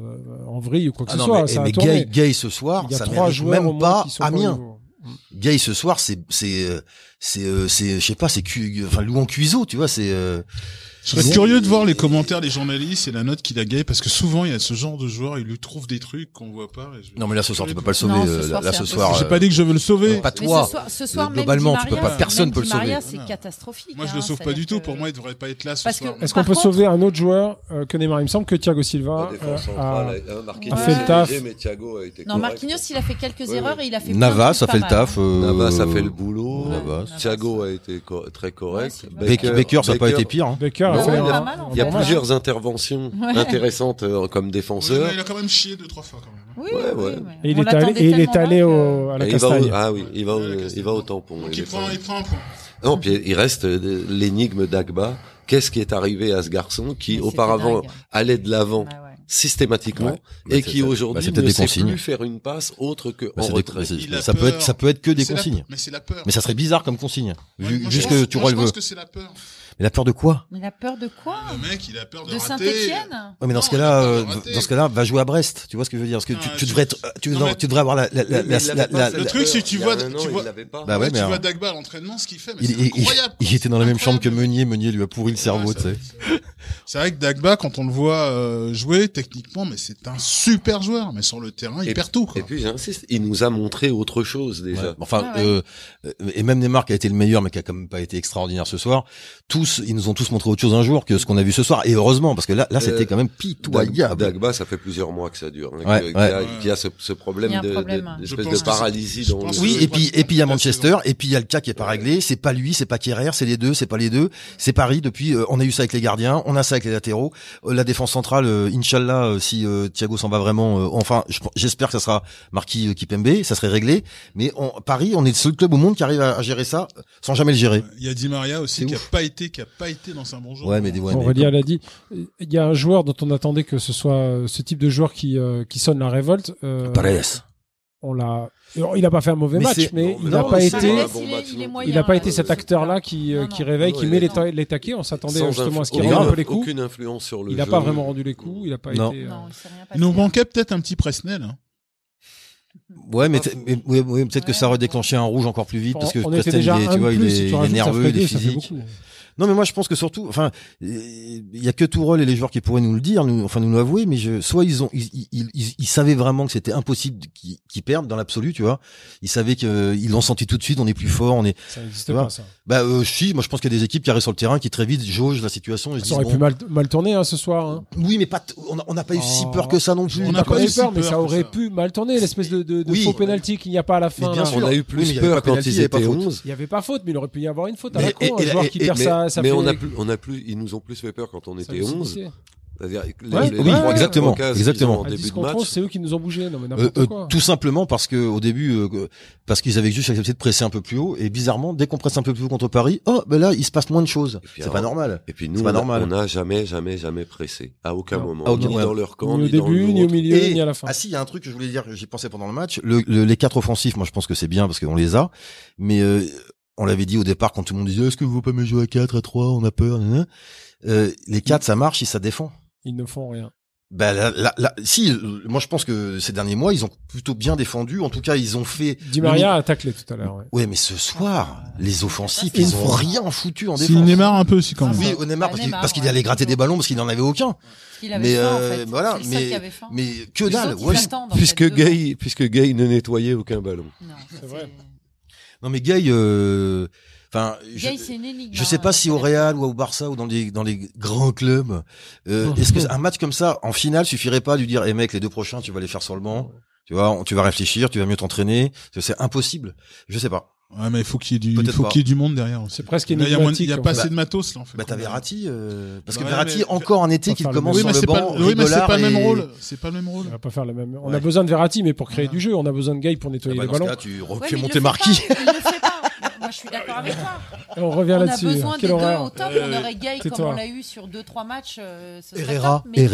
en vrille ou quoi que ce soit. Mais Gay ce soir, ça mérite même pas Amiens. Gay ce soir, c'est je sais pas, c'est Louan Cuiseau, tu vois, c'est. Je serais curieux de voir les commentaires des journalistes et la note qu'il a Gay, parce que souvent il y a ce genre de joueur, il lui trouve des trucs qu'on voit pas. Non mais là ce soir tu peux pas le sauver. Là ce soir. J'ai pas dit que je veux le sauver. Pas toi. Ce soir globalement tu peux pas. Personne peut le sauver. C'est catastrophique. Moi je le sauve pas du tout. Pour moi il devrait pas être là ce soir. Est-ce qu'on peut sauver un autre joueur que Neymar? Il me semble que Thiago Silva a fait le taf. Non, Marquinhos il a fait quelques erreurs et il a fait. Navas a fait le taf. Navas a fait le boulot. Thiago a été très correct. Baker ça a pas été pire. Il y a plusieurs interventions intéressantes comme défenseur. Il a quand même chié 2-3 fois quand même. Oui. Et il est allé à la Castagne. Il va au tampon. Donc il prend un point. Non, puis il reste l'énigme d'Agba. Qu'est-ce qui est arrivé à ce garçon qui auparavant allait de l'avant systématiquement et qui aujourd'hui ne sait plus faire une passe autre que en retrait. Ça peut être que des consignes. Mais c'est la peur. Mais ça serait bizarre comme consigne. Vu ce que tu je pense que c'est la peur. Mais la peur de quoi? Mais la peur de quoi? Le mec, il a peur de rater. Saint-Étienne? Ouais, mais dans ce cas-là, va jouer à Brest. Tu vois ce que je veux dire? Parce que tu devrais avoir le truc, c'est que tu vois Dagba à l'entraînement, ce qu'il fait, mais c'est incroyable. Il était dans la même chambre que Meunier. Meunier lui a pourri le cerveau, tu sais. C'est vrai que Dagba, quand on le voit jouer, techniquement, mais c'est un super joueur. Mais sur le terrain, il perd tout, quoi. Et puis, j'insiste, il nous a montré autre chose, déjà. Ouais. Enfin, et même Neymar qui a été le meilleur, mais qui a quand même pas été extraordinaire ce soir. Ils nous ont tous montré autre chose un jour que ce qu'on a vu ce soir. Et heureusement, parce que là, c'était quand même pitoyable. Dagba, ça fait plusieurs mois que ça dure. Qu'il y a ce problème d'espèce de paralysie dans le... Oui, et puis il y a Manchester, et puis il y a le cas qui est pas réglé. C'est pas lui, c'est pas Kerrer, c'est les deux, c'est pas les deux. C'est Paris depuis, on a eu ça avec les gardiens, on a ça avec les latéraux. La défense centrale, Inch'Allah, si Thiago s'en va vraiment, enfin, j'espère que ça sera Marquis Kipembe, ça serait réglé. Mais Paris, on est le seul club au monde qui arrive à gérer ça sans jamais le gérer. Il y a Di Maria aussi qui a pas été dans un bon jour. Aurélien l'a dit. Il y a un joueur dont on attendait que ce soit ce type de joueur qui sonne la révolte. Paredes. il a pas fait un mauvais match, mais il n'a pas été. Il n'a pas été cet acteur-là qui réveille, qui met les taquets. On s'attendait justement à ce qu'il rende un peu les coups. Aucune influence sur le jeu. Il n'a pas vraiment rendu les coups. Il n'a pas été. Il nous manquait peut-être un petit Presnel. Ouais, mais peut-être que ça aurait déclenché un rouge encore plus vite parce que Presnel, il est nerveux, il est physique. Non, mais moi, je pense que surtout, enfin, il y a que Tourelle et les joueurs qui pourraient nous le dire, nous l'avouer, mais soit ils savaient vraiment que c'était impossible qu'ils perdent dans l'absolu, tu vois. Ils savaient ils l'ont senti tout de suite, on est plus fort, on est. Ça n'existe pas, ça. Si, moi, je pense qu'il y a des équipes qui arrivent sur le terrain, qui très vite jaugent la situation. Ça aurait pu mal tourner, ce soir, hein. Oui, mais on n'a pas eu si peur que ça non plus. On n'a pas eu peur, mais ça aurait pu mal tourner, l'espèce de faux penalty qu'il n'y a pas à la fin. Bien sûr. On a eu plus peur quand ils étaient 11. Il n'y avait pas faute, mais il aurait pu y avoir une faute à la con, un joueur qui perd ça. Mais ils nous ont plus fait peur quand on était 11. C'est-à-dire exactement. En début de match, c'est eux qui nous ont bougé. Non, mais n'importe quoi. Tout simplement parce que au début, parce qu'ils avaient juste accepté de presser un peu plus haut, et bizarrement, dès qu'on presse un peu plus haut contre Paris, là, il se passe moins de choses. C'est pas normal. Et puis nous, on n'a jamais pressé. À aucun moment. Ni dans leur camp, ni au début, ni au milieu, ni à la fin. Ah si, il y a un truc que je voulais dire, j'y pensais pendant le match. Les 4 offensifs, moi, je pense que c'est bien parce qu'on les a, mais on l'avait dit au départ quand tout le monde disait est-ce que vous ne pouvez pas me jouer à 4, à 3, on a peur, les 4 ça marche si ça défend. Ils ne font rien. Si, moi je pense que ces derniers mois ils ont plutôt bien défendu, en tout cas ils ont fait. Di Maria a taclé tout à l'heure. Ouais, mais ce soir, les offensifs ils ont rien foutu en défense. Si Neymar un peu aussi quand même. Oui, au Neymar parce qu'il allait gratter des ballons parce qu'il n'en avait aucun. Mais voilà, mais que dalle. Ouais, puisque Gay ne nettoyait aucun ballon. Non, c'est vrai. Non mais Gay, c'est une énigme. Je sais pas si au Real ou au Barça ou dans les grands clubs, est-ce que un match comme ça en finale suffirait pas de lui dire, mec, les 2 prochains, tu vas les faire sur le banc, tu vois, tu vas réfléchir, tu vas mieux t'entraîner, c'est impossible. Je sais pas. Ouais, mais il faut qu'il y ait du monde derrière. C'est presque énigmatique. Il y a pas assez de matos, là, en fait. T'as Verratti, parce que Verratti, encore un été qu'il commence sur le banc. Oui, mais c'est pas le même rôle. C'est pas le même rôle. On va pas faire le même. On a besoin de Verratti, mais pour créer du jeu, on a besoin de Gay pour nettoyer les ballons. Là, tu refais monter Marquis. Il le fait pas. Moi, je suis d'accord avec toi. On revient là-dessus. On a besoin des 2 au top. On aurait Gay comme on l'a eu sur 2-3 matchs. Herrera. Il y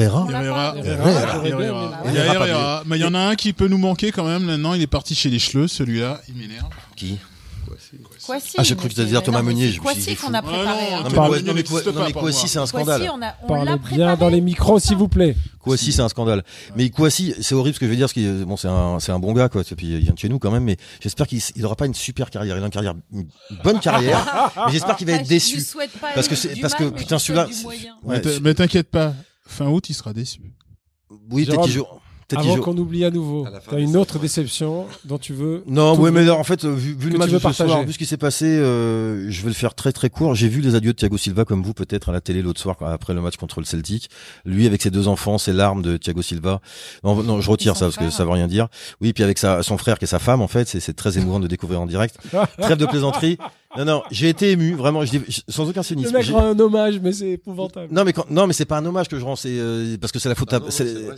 a Herrera. Mais il y en a un qui peut nous manquer quand même. Maintenant, il est parti chez les Schleux, celui-là. Il m'énerve. Qui? Kwasi. Ah, j'ai cru que tu allais dire Thomas Meunier. Kwasi qu'on a préparé. Non, mais Kwasi, c'est un scandale. Parlez bien dans les micros, s'il vous plaît. Kwasi, c'est un scandale. Mais Kwasi, c'est horrible ce que je veux dire, parce que bon, c'est un bon gars, quoi. Puis il vient de chez nous quand même, mais j'espère qu'il aura pas une super carrière. Il a une bonne carrière, mais j'espère qu'il va être déçu. Parce que putain, celui-là. Mais t'inquiète pas. Fin août, il sera déçu. Oui, peut-être qu'il joue. Avant qu'on oublie à nouveau, t'as une autre déception dont tu veux. Non, ouais, mais en fait, vu le match de ce soir, vu ce qui s'est passé, je vais le faire très très court. J'ai vu les adieux de Thiago Silva comme vous peut-être à la télé l'autre soir après le match contre le Celtic. Lui avec ses 2 enfants, ses larmes de Thiago Silva. Non, je retire ça parce que ça veut rien dire. Oui, puis avec son frère qui est sa femme en fait, c'est très émouvant de découvrir en direct. Trêve de plaisanterie. Non, j'ai été ému, vraiment, sans aucun cynisme. Le mec rend un hommage, mais c'est épouvantable. Non, mais c'est pas un hommage que je rends, c'est parce que c'est la faute à.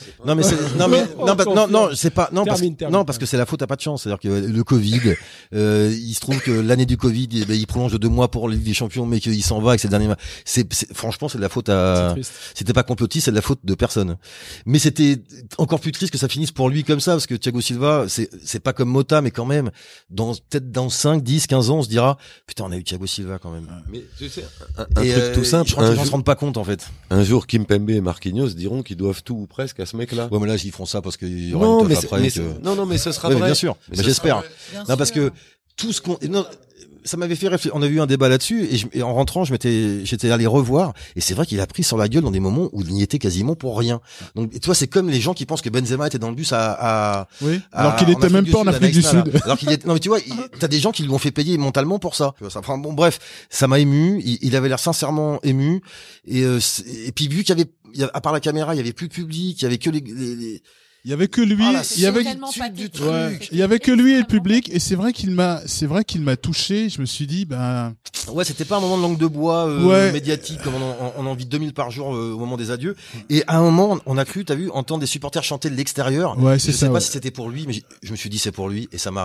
Non, parce que c'est la faute à pas de chance. C'est-à-dire que le Covid, il se trouve que l'année du Covid, il prolonge de 2 mois pour la Ligue des Champions, mais qu'il s'en va avec ses derniers matchs. Franchement, c'est de la faute à. C'était pas complotiste, c'est de la faute de personne. Mais c'était encore plus triste que ça finisse pour lui comme ça, parce que Thiago Silva, c'est pas comme Mota, mais quand même, peut-être dans 5, 10, 15 ans, on se dira. Putain, on a eu Thiago Silva quand même. Mais tu sais, un truc tout simple. Je crois qu'ils ne se rendent pas compte en fait. Un jour, Kimpembe et Marquinhos diront qu'ils doivent tout ou presque à ce mec-là. Ouais, mais là, ils feront ça parce qu'il y aura une teuf après. Non, mais ce sera vrai. Bien sûr. Mais j'espère. Non, parce que tout ce qu'on. Ça m'avait fait réfléchir. On a eu un débat là-dessus et en rentrant, j'étais allé revoir et c'est vrai qu'il a pris sur la gueule dans des moments où il n'y était quasiment pour rien. Donc, tu vois, c'est comme les gens qui pensent que Benzema était dans le bus alors qu'il était même pas en Afrique du Sud. Alors non, mais tu vois, t'as des gens qui lui ont fait payer mentalement pour ça. Enfin, bon, bref, ça m'a ému. Il avait l'air sincèrement ému et puis vu qu'il y avait, à part la caméra, il y avait plus de public, il y avait que il y avait que lui, il y avait que lui et le public, et c'est vrai qu'il m'a touché. Je me suis dit, ouais, c'était pas un moment de langue de bois médiatique comme on en vit 2000 par jour au moment des adieux. Et à un moment, on a cru, t'as vu, entendre des supporters chanter de l'extérieur. Ouais, je sais pas si c'était pour lui, mais je me suis dit c'est pour lui, et ça m'a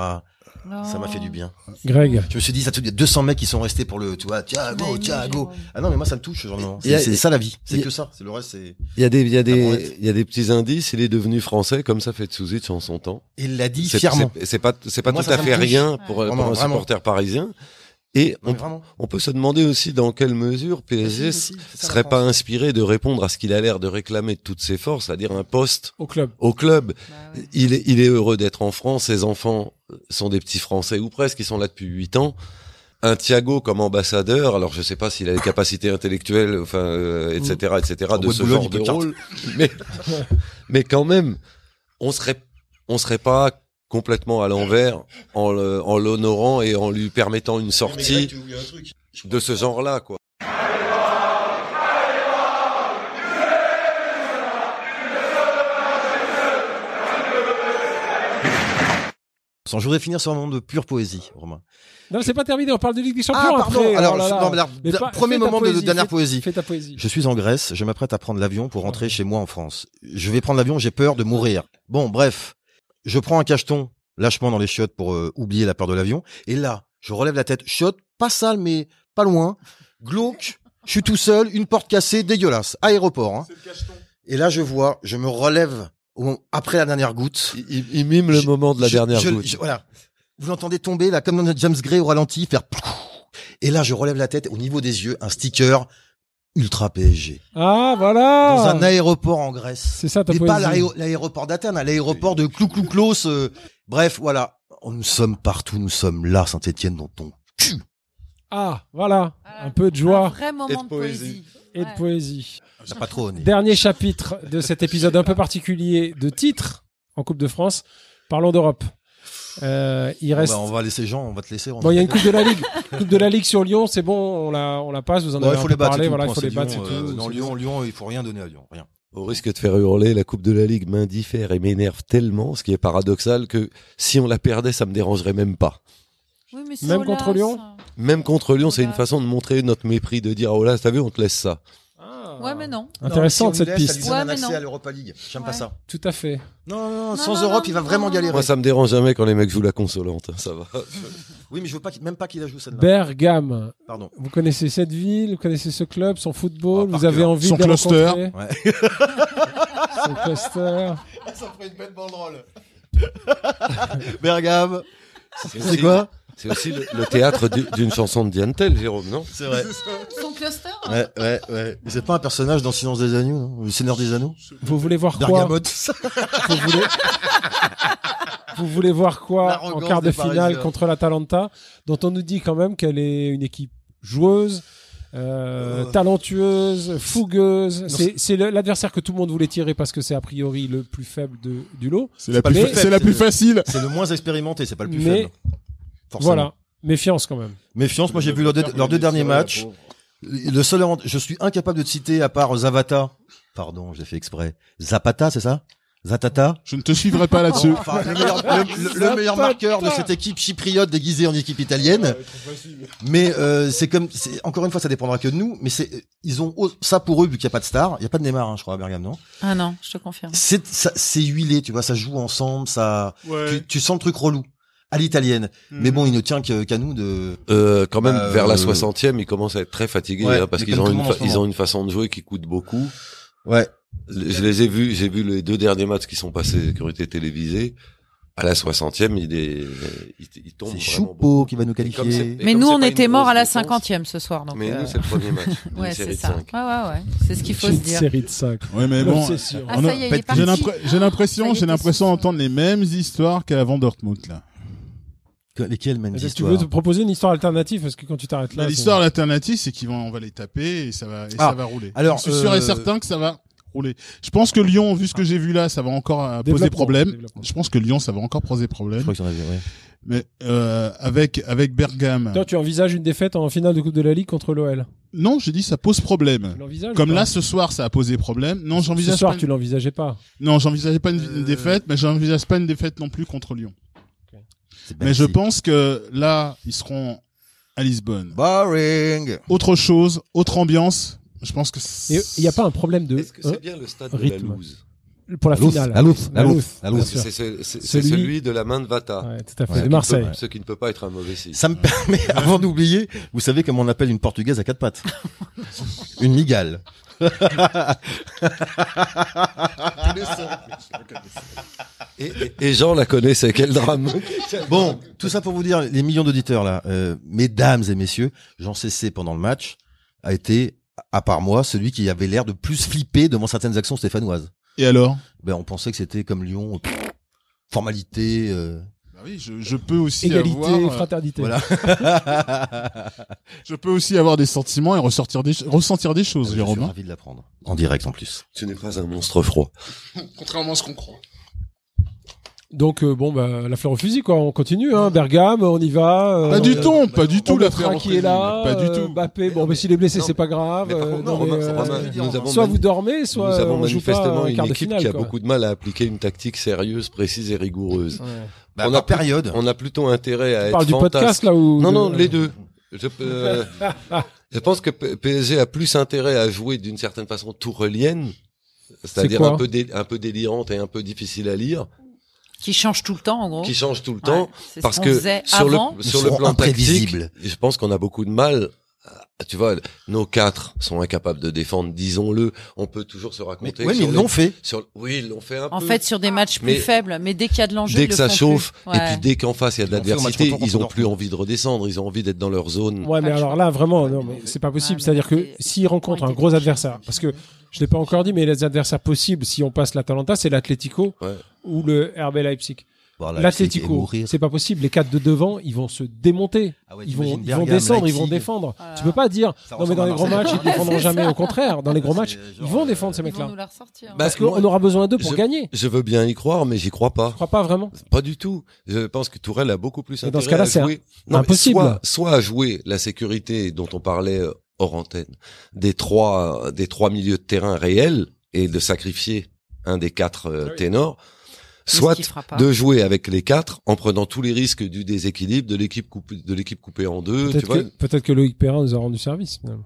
Ça m'a fait du bien. Greg. Je me suis dit, ça te dit 200 mecs qui sont restés pour le, tu vois, Thiago. Ah non, mais moi, ça me touche, ce genre de moment. C'est ça la vie. C'est que ça. C'est le reste, c'est. Il y a des petits indices. Il est devenu français, comme ça fait Souzic en son temps. Et il l'a dit fièrement. C'est pas moi, tout à fait rien pour un supporter parisien. Et on peut se demander aussi dans quelle mesure PSG serait pas inspiré de répondre à ce qu'il a l'air de réclamer de toutes ses forces, c'est-à-dire un poste au club. Bah, ouais. Il est heureux d'être en France, ses enfants sont des petits Français ou presque, ils sont là depuis 8 ans. Un Thiago comme ambassadeur, alors je sais pas s'il a les capacités intellectuelles, etc., de ce genre de rôle, mais quand même, on serait pas complètement à l'envers en l'honorant et en lui permettant une sortie de ce genre-là, quoi. Je voudrais finir sur un moment de pure poésie, Romain. Non, c'est pas terminé, on parle de Ligue des Champions pardon. après. Alors, premier moment de dernière poésie. Fais ta poésie. Je suis en Grèce, je m'apprête à prendre l'avion pour rentrer chez moi en France. Je vais prendre l'avion, j'ai peur de mourir. Bon, bref. Je prends un cacheton lâchement dans les chiottes pour oublier la peur de l'avion. Et là, je relève la tête, chiotte, pas sale, mais pas loin. Glauque, je suis tout seul, une porte cassée, dégueulasse. Aéroport. Hein. Et là, je me relève après la dernière goutte. Il mime le moment de la dernière goutte. Voilà. Vous l'entendez tomber, là, comme dans James Gray au ralenti, faire... Et là, je relève la tête, au niveau des yeux, un sticker... Ultra PSG. Ah, voilà. Dans un aéroport en Grèce. C'est ça ta mais poésie. Pas l'aéroport d'Athènes, l'aéroport de Clou-Clou-Clos. Bref, voilà. Nous sommes partout, nous sommes là, Saint-Étienne, dans ton cul. Ah, voilà. Un peu de joie. Un vrai moment de poésie. Et de poésie. T'as pas trop honnête. Dernier chapitre de cet épisode un peu particulier de titre en Coupe de France. Parlons d'Europe. Il reste. On va laisser Jean, on va te laisser. Bon, il y a une Coupe de la Ligue. Coupe de la Ligue sur Lyon, c'est bon, on la passe, vous en avez un peu parlé, voilà, il faut les battre, c'est tout. Non, Lyon, il faut rien donner à Lyon, rien. Au risque de faire hurler, la Coupe de la Ligue m'indiffère et m'énerve tellement, ce qui est paradoxal, que si on la perdait, ça me dérangerait même pas. Oui, mais même contre Lyon? Même contre Lyon, c'est une façon de montrer notre mépris, de dire, oh là, t'as vu, on te laisse ça. Ouais, mais non. Intéressante cette piste. Ça lui donne un accès à l'Europa League. J'aime pas ça. Tout à fait. Non, sans Europe, il va vraiment galérer. Moi, ça me dérange jamais quand les mecs jouent la consolante, ça va. Oui, mais je veux même pas qu'il la joue celle-là. Bergame. Pardon. Vous connaissez cette ville, vous connaissez ce club, son football, vous cœur. avez envie Son de cluster. Ouais. Son cluster. Ça ferait une belle banderole. Bergame. C'est quoi? C'est aussi le théâtre d'une chanson de Diane Tell, Jérôme, non? C'est vrai. Son cluster. Ouais. Mais c'est pas un personnage dans Silence des Agneaux, non? Le Seigneur des Anneaux? Vous voulez voir quoi? Bergamote. Vous voulez voir quoi en quart de finale Parisiens. contre l'Atalanta, dont on nous dit quand même qu'elle est une équipe joueuse, talentueuse, fougueuse. C'est l'adversaire que tout le monde voulait tirer parce que c'est a priori le plus faible du lot. C'est la plus facile. C'est le moins expérimenté, c'est pas le plus Mais faible. Forcément. voilà, méfiance quand même. Méfiance, moi j'ai vu leurs deux derniers matchs. Le seul, je suis incapable de te citer à part Zavata. Pardon, j'ai fait exprès. Zapata, c'est ça? Zatata. Je ne te suivrai pas là-dessus. Enfin, le meilleur marqueur de cette équipe chypriote déguisée en équipe italienne. Mais encore une fois, ça dépendra que de nous. Mais ils ont ça pour eux vu qu'il n'y a pas de star. Il n'y a pas de Neymar, je crois, à Bergame, non? Ah non, je te confirme. C'est huilé, tu vois, ça joue ensemble, ça. Ouais. Tu sens le truc relou. À l'italienne. Mais bon, il ne tient qu'à nous de... Quand même, vers la 60e, ils commencent à être très fatigués, parce qu'ils ont une façon de jouer qui coûte beaucoup. Ouais. Je les ai vus, j'ai vu les 2 derniers matchs qui ont été télévisés. À la 60e, il tombe. C'est Choupeau qui va nous qualifier. Mais nous, on était morts à la 50e ce soir, donc. Mais nous, c'est le premier match. Ouais, c'est ça. 5. Ouais. C'est ce qu'il faut se Une dire. série de 5. Ouais, mais bon. Ah, ça y est, il est parti. J'ai l'impression d'entendre les mêmes histoires qu'avant Dortmund, là. Lesquelles, même Est-ce que tu veux te proposer une histoire alternative parce que quand tu t'arrêtes là, l'histoire alternative, c'est on va les taper et ça va rouler. Alors, je suis sûr et certain que ça va rouler. Je pense que Lyon, vu ce que j'ai vu là, ça va encore poser problème. Je pense que Lyon, ça va encore poser problème. Je crois que t'en as vu, ouais. Mais avec Bergame. Toi, tu envisages une défaite en finale de Coupe de la Ligue contre l'OL? Non, je dis ça pose problème. Tu l'envisages? Comme là, ce soir, ça a posé problème. Non, j'envisage Ce soir, pas. tu l'envisageais pas. Non, j'envisageais pas une défaite, mais j'envisage pas une défaite non plus contre Lyon. Mais je pense que là, ils seront à Lisbonne. Boring. Autre chose, autre ambiance. Je pense que il y a pas un problème de Est-ce que c'est bien le stade de rythme. la loose? pour la finale. La Louth. bien sûr. C'est celui de la main de Vata. Ouais, tout à fait. De Marseille. Ce qui ne peut pas être un mauvais signe. Ça me permet, avant d'oublier, vous savez comment on appelle une portugaise à 4 pattes? Une migale. Et Jean la connaissait, quel drame. Bon, tout ça pour vous dire, les millions d'auditeurs là, mesdames et messieurs, Jean Cessé pendant le match a été, à part moi, celui qui avait l'air de plus flipper devant certaines actions stéphanoises. Et alors? Ben, on pensait que c'était comme Lyon, formalité. Bah oui, je peux aussi Égalité, avoir, fraternité. Voilà. je peux aussi avoir des sentiments et ressentir des choses, Je suis Jérôme. ravi de l'apprendre. En direct en plus. Tu n'es pas un monstre froid. Contrairement à ce qu'on croit. Donc la fleur au fusil quoi, on continue Bergame, on y va. Pas du tout, pas du tout la l'affaire qui est là. Pas du tout. Mbappé, mais s'il est blessé, c'est pas grave. Soit vous dormez, soit nous avons on joue pas manifestement un une quart de équipe finale, qui a quoi. beaucoup de mal à appliquer une tactique sérieuse, précise et rigoureuse. Ouais. On a période. On a plutôt intérêt à Tu être parles du fantasque. podcast là ou Non, les deux. Je pense que PSG a plus intérêt à jouer d'une certaine façon tourelienne, c'est-à-dire quoi un peu délirante et un peu difficile à lire, Qui change tout le temps, en gros. qui change tout le temps, C'est ce parce qu'on que faisait sur avant. le plan tactique, imprévisibles. je pense qu'on a beaucoup de mal. Tu vois, nos 4 sont incapables de défendre, disons-le. On peut toujours se raconter. Mais ils l'ont fait. Oui, ils l'ont fait un peu. En fait, sur des matchs plus Mais faibles, mais dès qu'il y a de l'enjeu, dès ils que le ça font chauffe, plus. et Ouais. puis dès qu'en face il y a de Ils l'ont fait au match l'adversité, contre ils ont plus Dortmund. envie de redescendre, ils ont envie d'être dans leur zone. Ouais, mais Pas le alors choix. là, vraiment, non, mais c'est pas possible. Ah, C'est-à-dire que mais s'ils rencontrent un gros adversaire, parce que je l'ai pas encore dit, mais les adversaires possibles, si on passe l'Atalanta, c'est l'Atlético Ouais. ou le RB Leipzig. Voilà, c'est L'Atlético, mourir. c'est pas possible. Les 4 de devant, ils vont se démonter. Ah ouais, Ils vont t'imagines descendre, Bergame, ils vont Leipzig. défendre. Voilà. Tu peux pas dire, Ça non mais dans les ressemble gros à matchs, Marseille. ils défendront jamais. Au contraire, dans les gros matchs, C'est ils genre, vont défendre ces Ils vont mecs-là. nous la ressortir. Bah, Parce moi, qu'on aura besoin d'eux pour je- gagner. Je veux bien y croire, mais j'y crois pas. Je crois pas vraiment. Pas du tout. Je pense que Tourelle a beaucoup plus Et dans intérêt ce cas-là, à c'est jouer. Non, mais impossible. soit à jouer la sécurité dont on parlait hors antenne des trois milieux de terrain réels et de sacrifier un des 4 ténors. Mais Soit ce qu'il fera pas. de jouer avec les 4 en prenant tous les risques du déséquilibre de l'équipe coupée en deux. Tu vois. Peut-être que Loïc Perrin nous a rendu service. Finalement.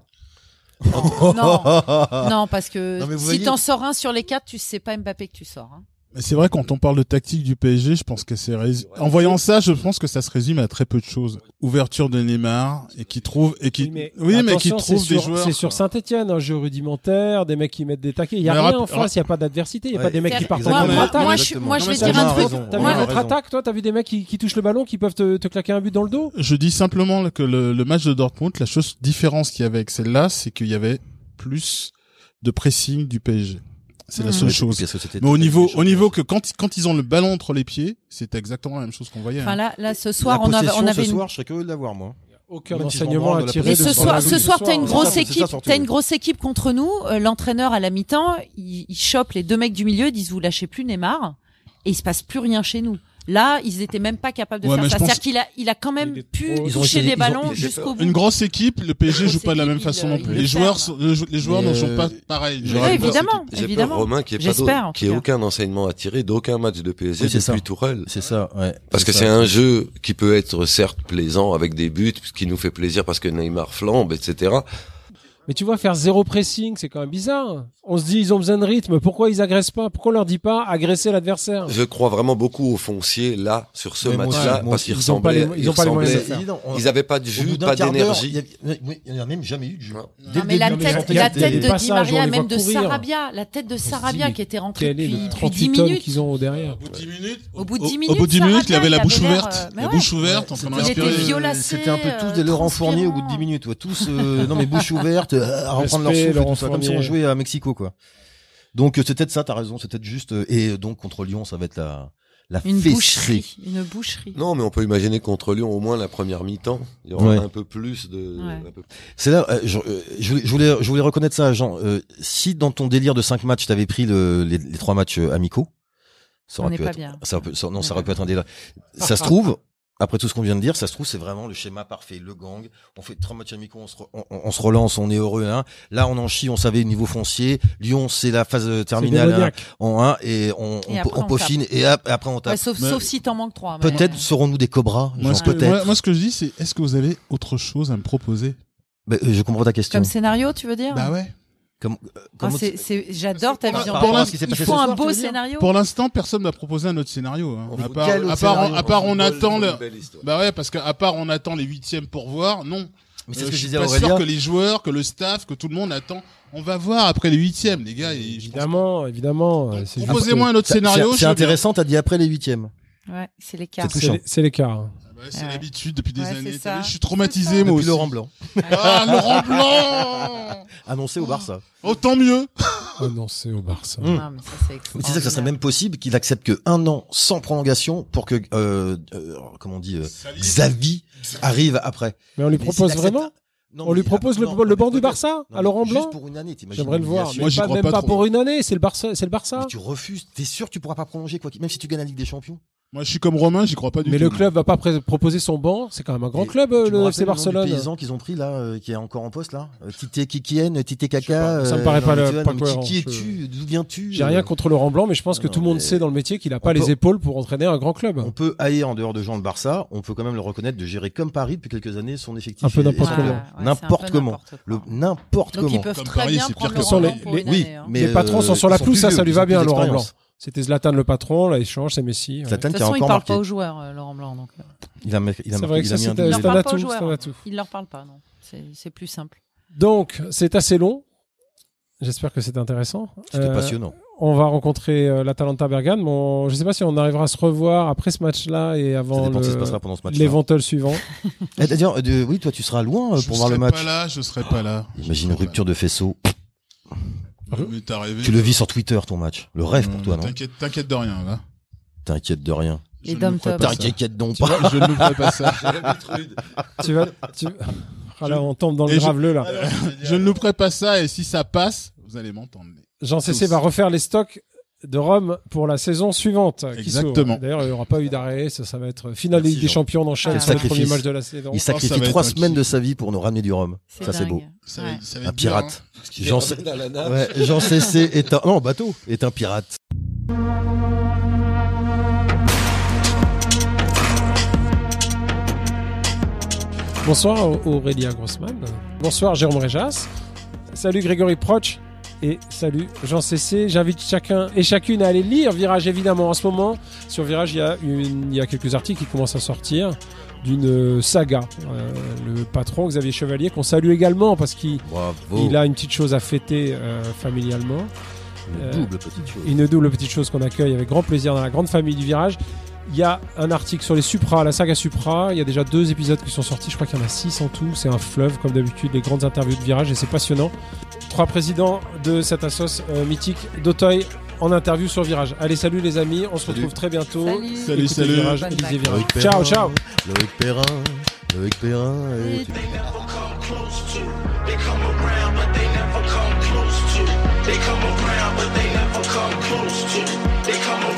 Non, parce que Non, mais vous si voyez- t'en sors un sur les 4, tu sais pas Mbappé que tu sors. Hein. Mais c'est vrai, quand on parle de tactique du PSG, je pense que en voyant ça, je pense que ça se résume à très peu de choses. Ouverture de Neymar, et qui trouve, et qui, mais qui attention, trouve c'est des sur- joueurs. C'est sur Saint-Etienne, un jeu rudimentaire, des mecs qui mettent des taquets. Il y a Mais rien rap- en face, il y a pas d'adversité, il y a Ouais, pas des mecs qui partent en Moi, exactement. contre-attaque. moi, je vais Non, dire mais un t'as truc. raison. T'as vu Moi, une contre-attaque, toi? T'as vu des mecs qui touchent le ballon, qui peuvent te claquer un but dans le dos? Je dis simplement que le match de Dortmund, la chose différence qu'il y avait avec celle-là, c'est qu'il y avait plus de pressing du PSG. C'est la seule chose. Mais au niveau que quand ils ont le ballon entre les pieds, c'est exactement la même chose qu'on voyait. Enfin hein. là, ce soir, on avait ce une. soir, je serais curieux de l'avoir, moi. Aucun Même si je enseignement m'en à branle de la tirer Mais de ce soir, t'as une C'est ça, grosse c'est ça, équipe, surtout. t'as une grosse équipe contre nous. L'entraîneur à la mi-temps, il chope les 2 mecs du milieu, ils disent vous lâchez plus Neymar, et il se passe plus rien chez nous. Là, ils étaient même pas capables de Ouais, faire mais ça. je pense- C'est-à-dire qu'il a quand même Il est pu trop- Ils ont toucher essayé- des ils ont- ballons ils- jusqu'au bout. Une grosse équipe, le PSG joue Grosse pas de la même équipe, façon il- non il plus. le Les joueurs, perd. les joueurs Mais, ne jouent pas pareil. j'ai Oui, peur- évidemment, J'ai peur, évidemment. Romain, qu'il n'y ait J'espère, en qu'il y ait tout cas. aucun enseignement à tirer d'aucun match de PSG Oui, c'est ça. depuis Tourelle. C'est ça, ouais. Parce que ça. c'est un jeu qui peut être certes plaisant avec des buts, qui nous fait plaisir parce que Neymar flambe, etc. Mais tu vois, faire zéro pressing, c'est quand même bizarre. On se dit, ils ont besoin de rythme. Pourquoi ils agressent pas? Pourquoi on leur dit pas agresser l'adversaire? Je crois vraiment beaucoup au foncier là, sur ce Mais moi match-là, aussi, moi parce aussi. qu'ils Ils ont pas les- ressemblaient, ils ont pas les moyens de le ressemblaient- faire. ils avaient pas de Au bout jus, d'un pas quart d'heure, d'énergie. il y en a même jamais eu de jeu. Non, Dès mais le la début, tête, il y a la des tête de Di passages où on Maria, les même voit de courir. Sarabia, la tête de Sarabia qui était rentrée Quel est depuis le 10 38 tonnes minutes. qu'ils ont derrière? Au bout de 10 minutes, Au bout de 10 au minutes, bout de 10 minutes, il Sarabia, avait la il bouche avait l'air, ouverte, mais la ouais. bouche ouverte, en train de Il était respirer. violacé, C'était un peu tous des Laurent Fournier au bout de 10 minutes, ouais. Tous, non mais bouche ouverte, à reprendre leur Respect, souffle, et Laurent tout ça, comme si on Fournier. jouait à Mexico, quoi. Donc c'est peut-être ça, t'as raison, c'est peut-être juste. Et donc contre Lyon, ça va être la Une fesserie. boucherie. Une boucherie. Non, mais on peut imaginer contre Lyon, au moins la première mi-temps, il y aura Ouais. un peu plus de... Ouais. un peu- C'est là, je voulais reconnaître ça, Jean. Si dans ton délire de 5 matchs, t'avais pris les 3 matchs amicaux, ça On aurait n'est pu pas être, bien. non, ça aurait pu être un délire. Ça se trouve, après tout ce qu'on vient de dire, ça se trouve, c'est vraiment le schéma parfait. Le gang, on fait 3 matchs amicaux, on se relance, on est heureux, hein. Là, on en chie, on savait niveau foncier. Lyon, c'est la phase terminale, hein, démoniaque. en 1, et on Et après, on peaufine, et après on tape. Ouais, sauf si t'en manques 3. Peut-être serons-nous des cobras, Moi, genre, peut-être. moi, ce que je dis, c'est, est-ce que vous avez autre chose à me proposer? Je comprends ta question. Comme scénario, tu veux dire? Bah ouais. J'adore ta vision. Il faut un beau scénario. Pour l'instant, personne m'a proposé un autre scénario. Hein. À part, on attend parce qu'à part, on attend les 8e pour voir. Non. Mais c'est ce que je suis disais pas Aurélien. sûr que les joueurs, que le staff, que tout le monde attend. On va voir après les 8e, les gars. Évidemment. Proposez-moi un autre scénario. C'est intéressant, t'as dit après les 8e. Ouais, c'est l'écart. C'est l'écart. C'est l'habitude depuis des années. Je suis traumatisé, moi aussi. Laurent Blanc. Ah, Laurent Blanc! Annoncé au Barça. Oh, tant mieux! Annoncé au Barça. Non, mais ça, c'est Mais c'est ça que ça serait même possible qu'il accepte que 1 an sans prolongation pour que, comment on dit, Xavi arrive après. Mais on lui propose vraiment? On lui propose le banc du Barça à Laurent Blanc. Juste pour une année, t'imagines. J'aimerais le voir. Moi, j'y crois même pas pas trop. pour une année. C'est le Barça. Mais tu refuses. T'es sûr que tu pourras pas prolonger quoi, même si tu gagnes la Ligue des Champions. Moi, je suis comme Romain, j'y crois pas du tout. Mais le club va pas proposer son banc. C'est quand même un grand club, le FC Barcelone. Le paysan qu'ils ont pris là, qui est encore en poste là, Tite Kikien, Tite Kaka. Ça me paraît pas cohérent. Qui es-tu? D'où viens-tu? J'ai rien contre Laurent Blanc, mais je pense que tout le monde sait dans le métier qu'il a pas les épaules pour entraîner un grand club. On peut haïr en dehors de gens de Barça, on peut quand même le reconnaître de gérer comme Paris depuis quelques années son effectif. Un peu n'importe comment. N'importe comment. Donc ils peuvent très bien prendre Laurent Blanc pour une année. Les patrons sont sur la pelouse, ça lui va bien, Laurent Blanc. C'était Zlatan le patron, là, échange, c'est Messi. Zlatan de toute façon, il parle pas aux joueurs, Laurent Blanc. Donc. C'est vrai que ça, c'est un atout. Il leur parle pas, non. C'est plus simple. Donc, c'est assez long. J'espère que c'est intéressant. C'était passionnant. On va rencontrer l'Atalanta Bergame. Bon, je sais pas si on arrivera à se revoir après ce match-là et avant l'éventuel suivant. C'est-à-dire, oui, toi, tu seras loin pour voir le match. Je serai pas là. Imagine une rupture de faisceau. Mais t'as rêvé. Tu le vis sur Twitter, ton match. Le rêve pour toi, non? T'inquiète de rien, là. T'inquiète de rien. Les dom top. T'inquiète donc pas. Je ne nous ferai pas ça. Alors, on tombe dans le graveleux, là. Je ne nous ferai pas ça, et si ça passe, vous allez m'entendre. Jean Cessé va refaire les stocks de Rome pour la saison suivante. Exactement. D'ailleurs, il n'y aura pas eu d'arrêt. Ça va être finale Ligue des Champions d'enchaîne. C'est le premier match de la saison. Il sacrifie 3 semaines de sa vie pour nous ramener du rhum. Ça, c'est beau. Un pirate. Jean Cessé est un... Non, bateau est un pirate. Bonsoir Aurélia Grossman. Bonsoir Jérôme Réjas. Salut Grégory Proch. Et salut Jean Cessé. J'invite chacun et chacune à aller lire Virage, évidemment. En ce moment, sur Virage, il y a quelques articles qui commencent à sortir d'une saga. Le patron Xavier Chevalier, qu'on salue également parce qu'il a une petite chose à fêter familialement. Une double petite chose qu'on accueille avec grand plaisir dans la grande famille du Virage. Il y a un article sur les Supra, la saga Supra. Il y a déjà 2 épisodes qui sont sortis. Je crois qu'il y en a 6 en tout. C'est un fleuve, comme d'habitude, les grandes interviews de Virage et c'est passionnant. 3 présidents de cette assoce mythique d'Auteuil en interview sur Virage. Allez, salut les amis. On se retrouve très bientôt. Salut. Virage, Virage. Ciao. Loïc Perrin. They come around, but they never come close to. They come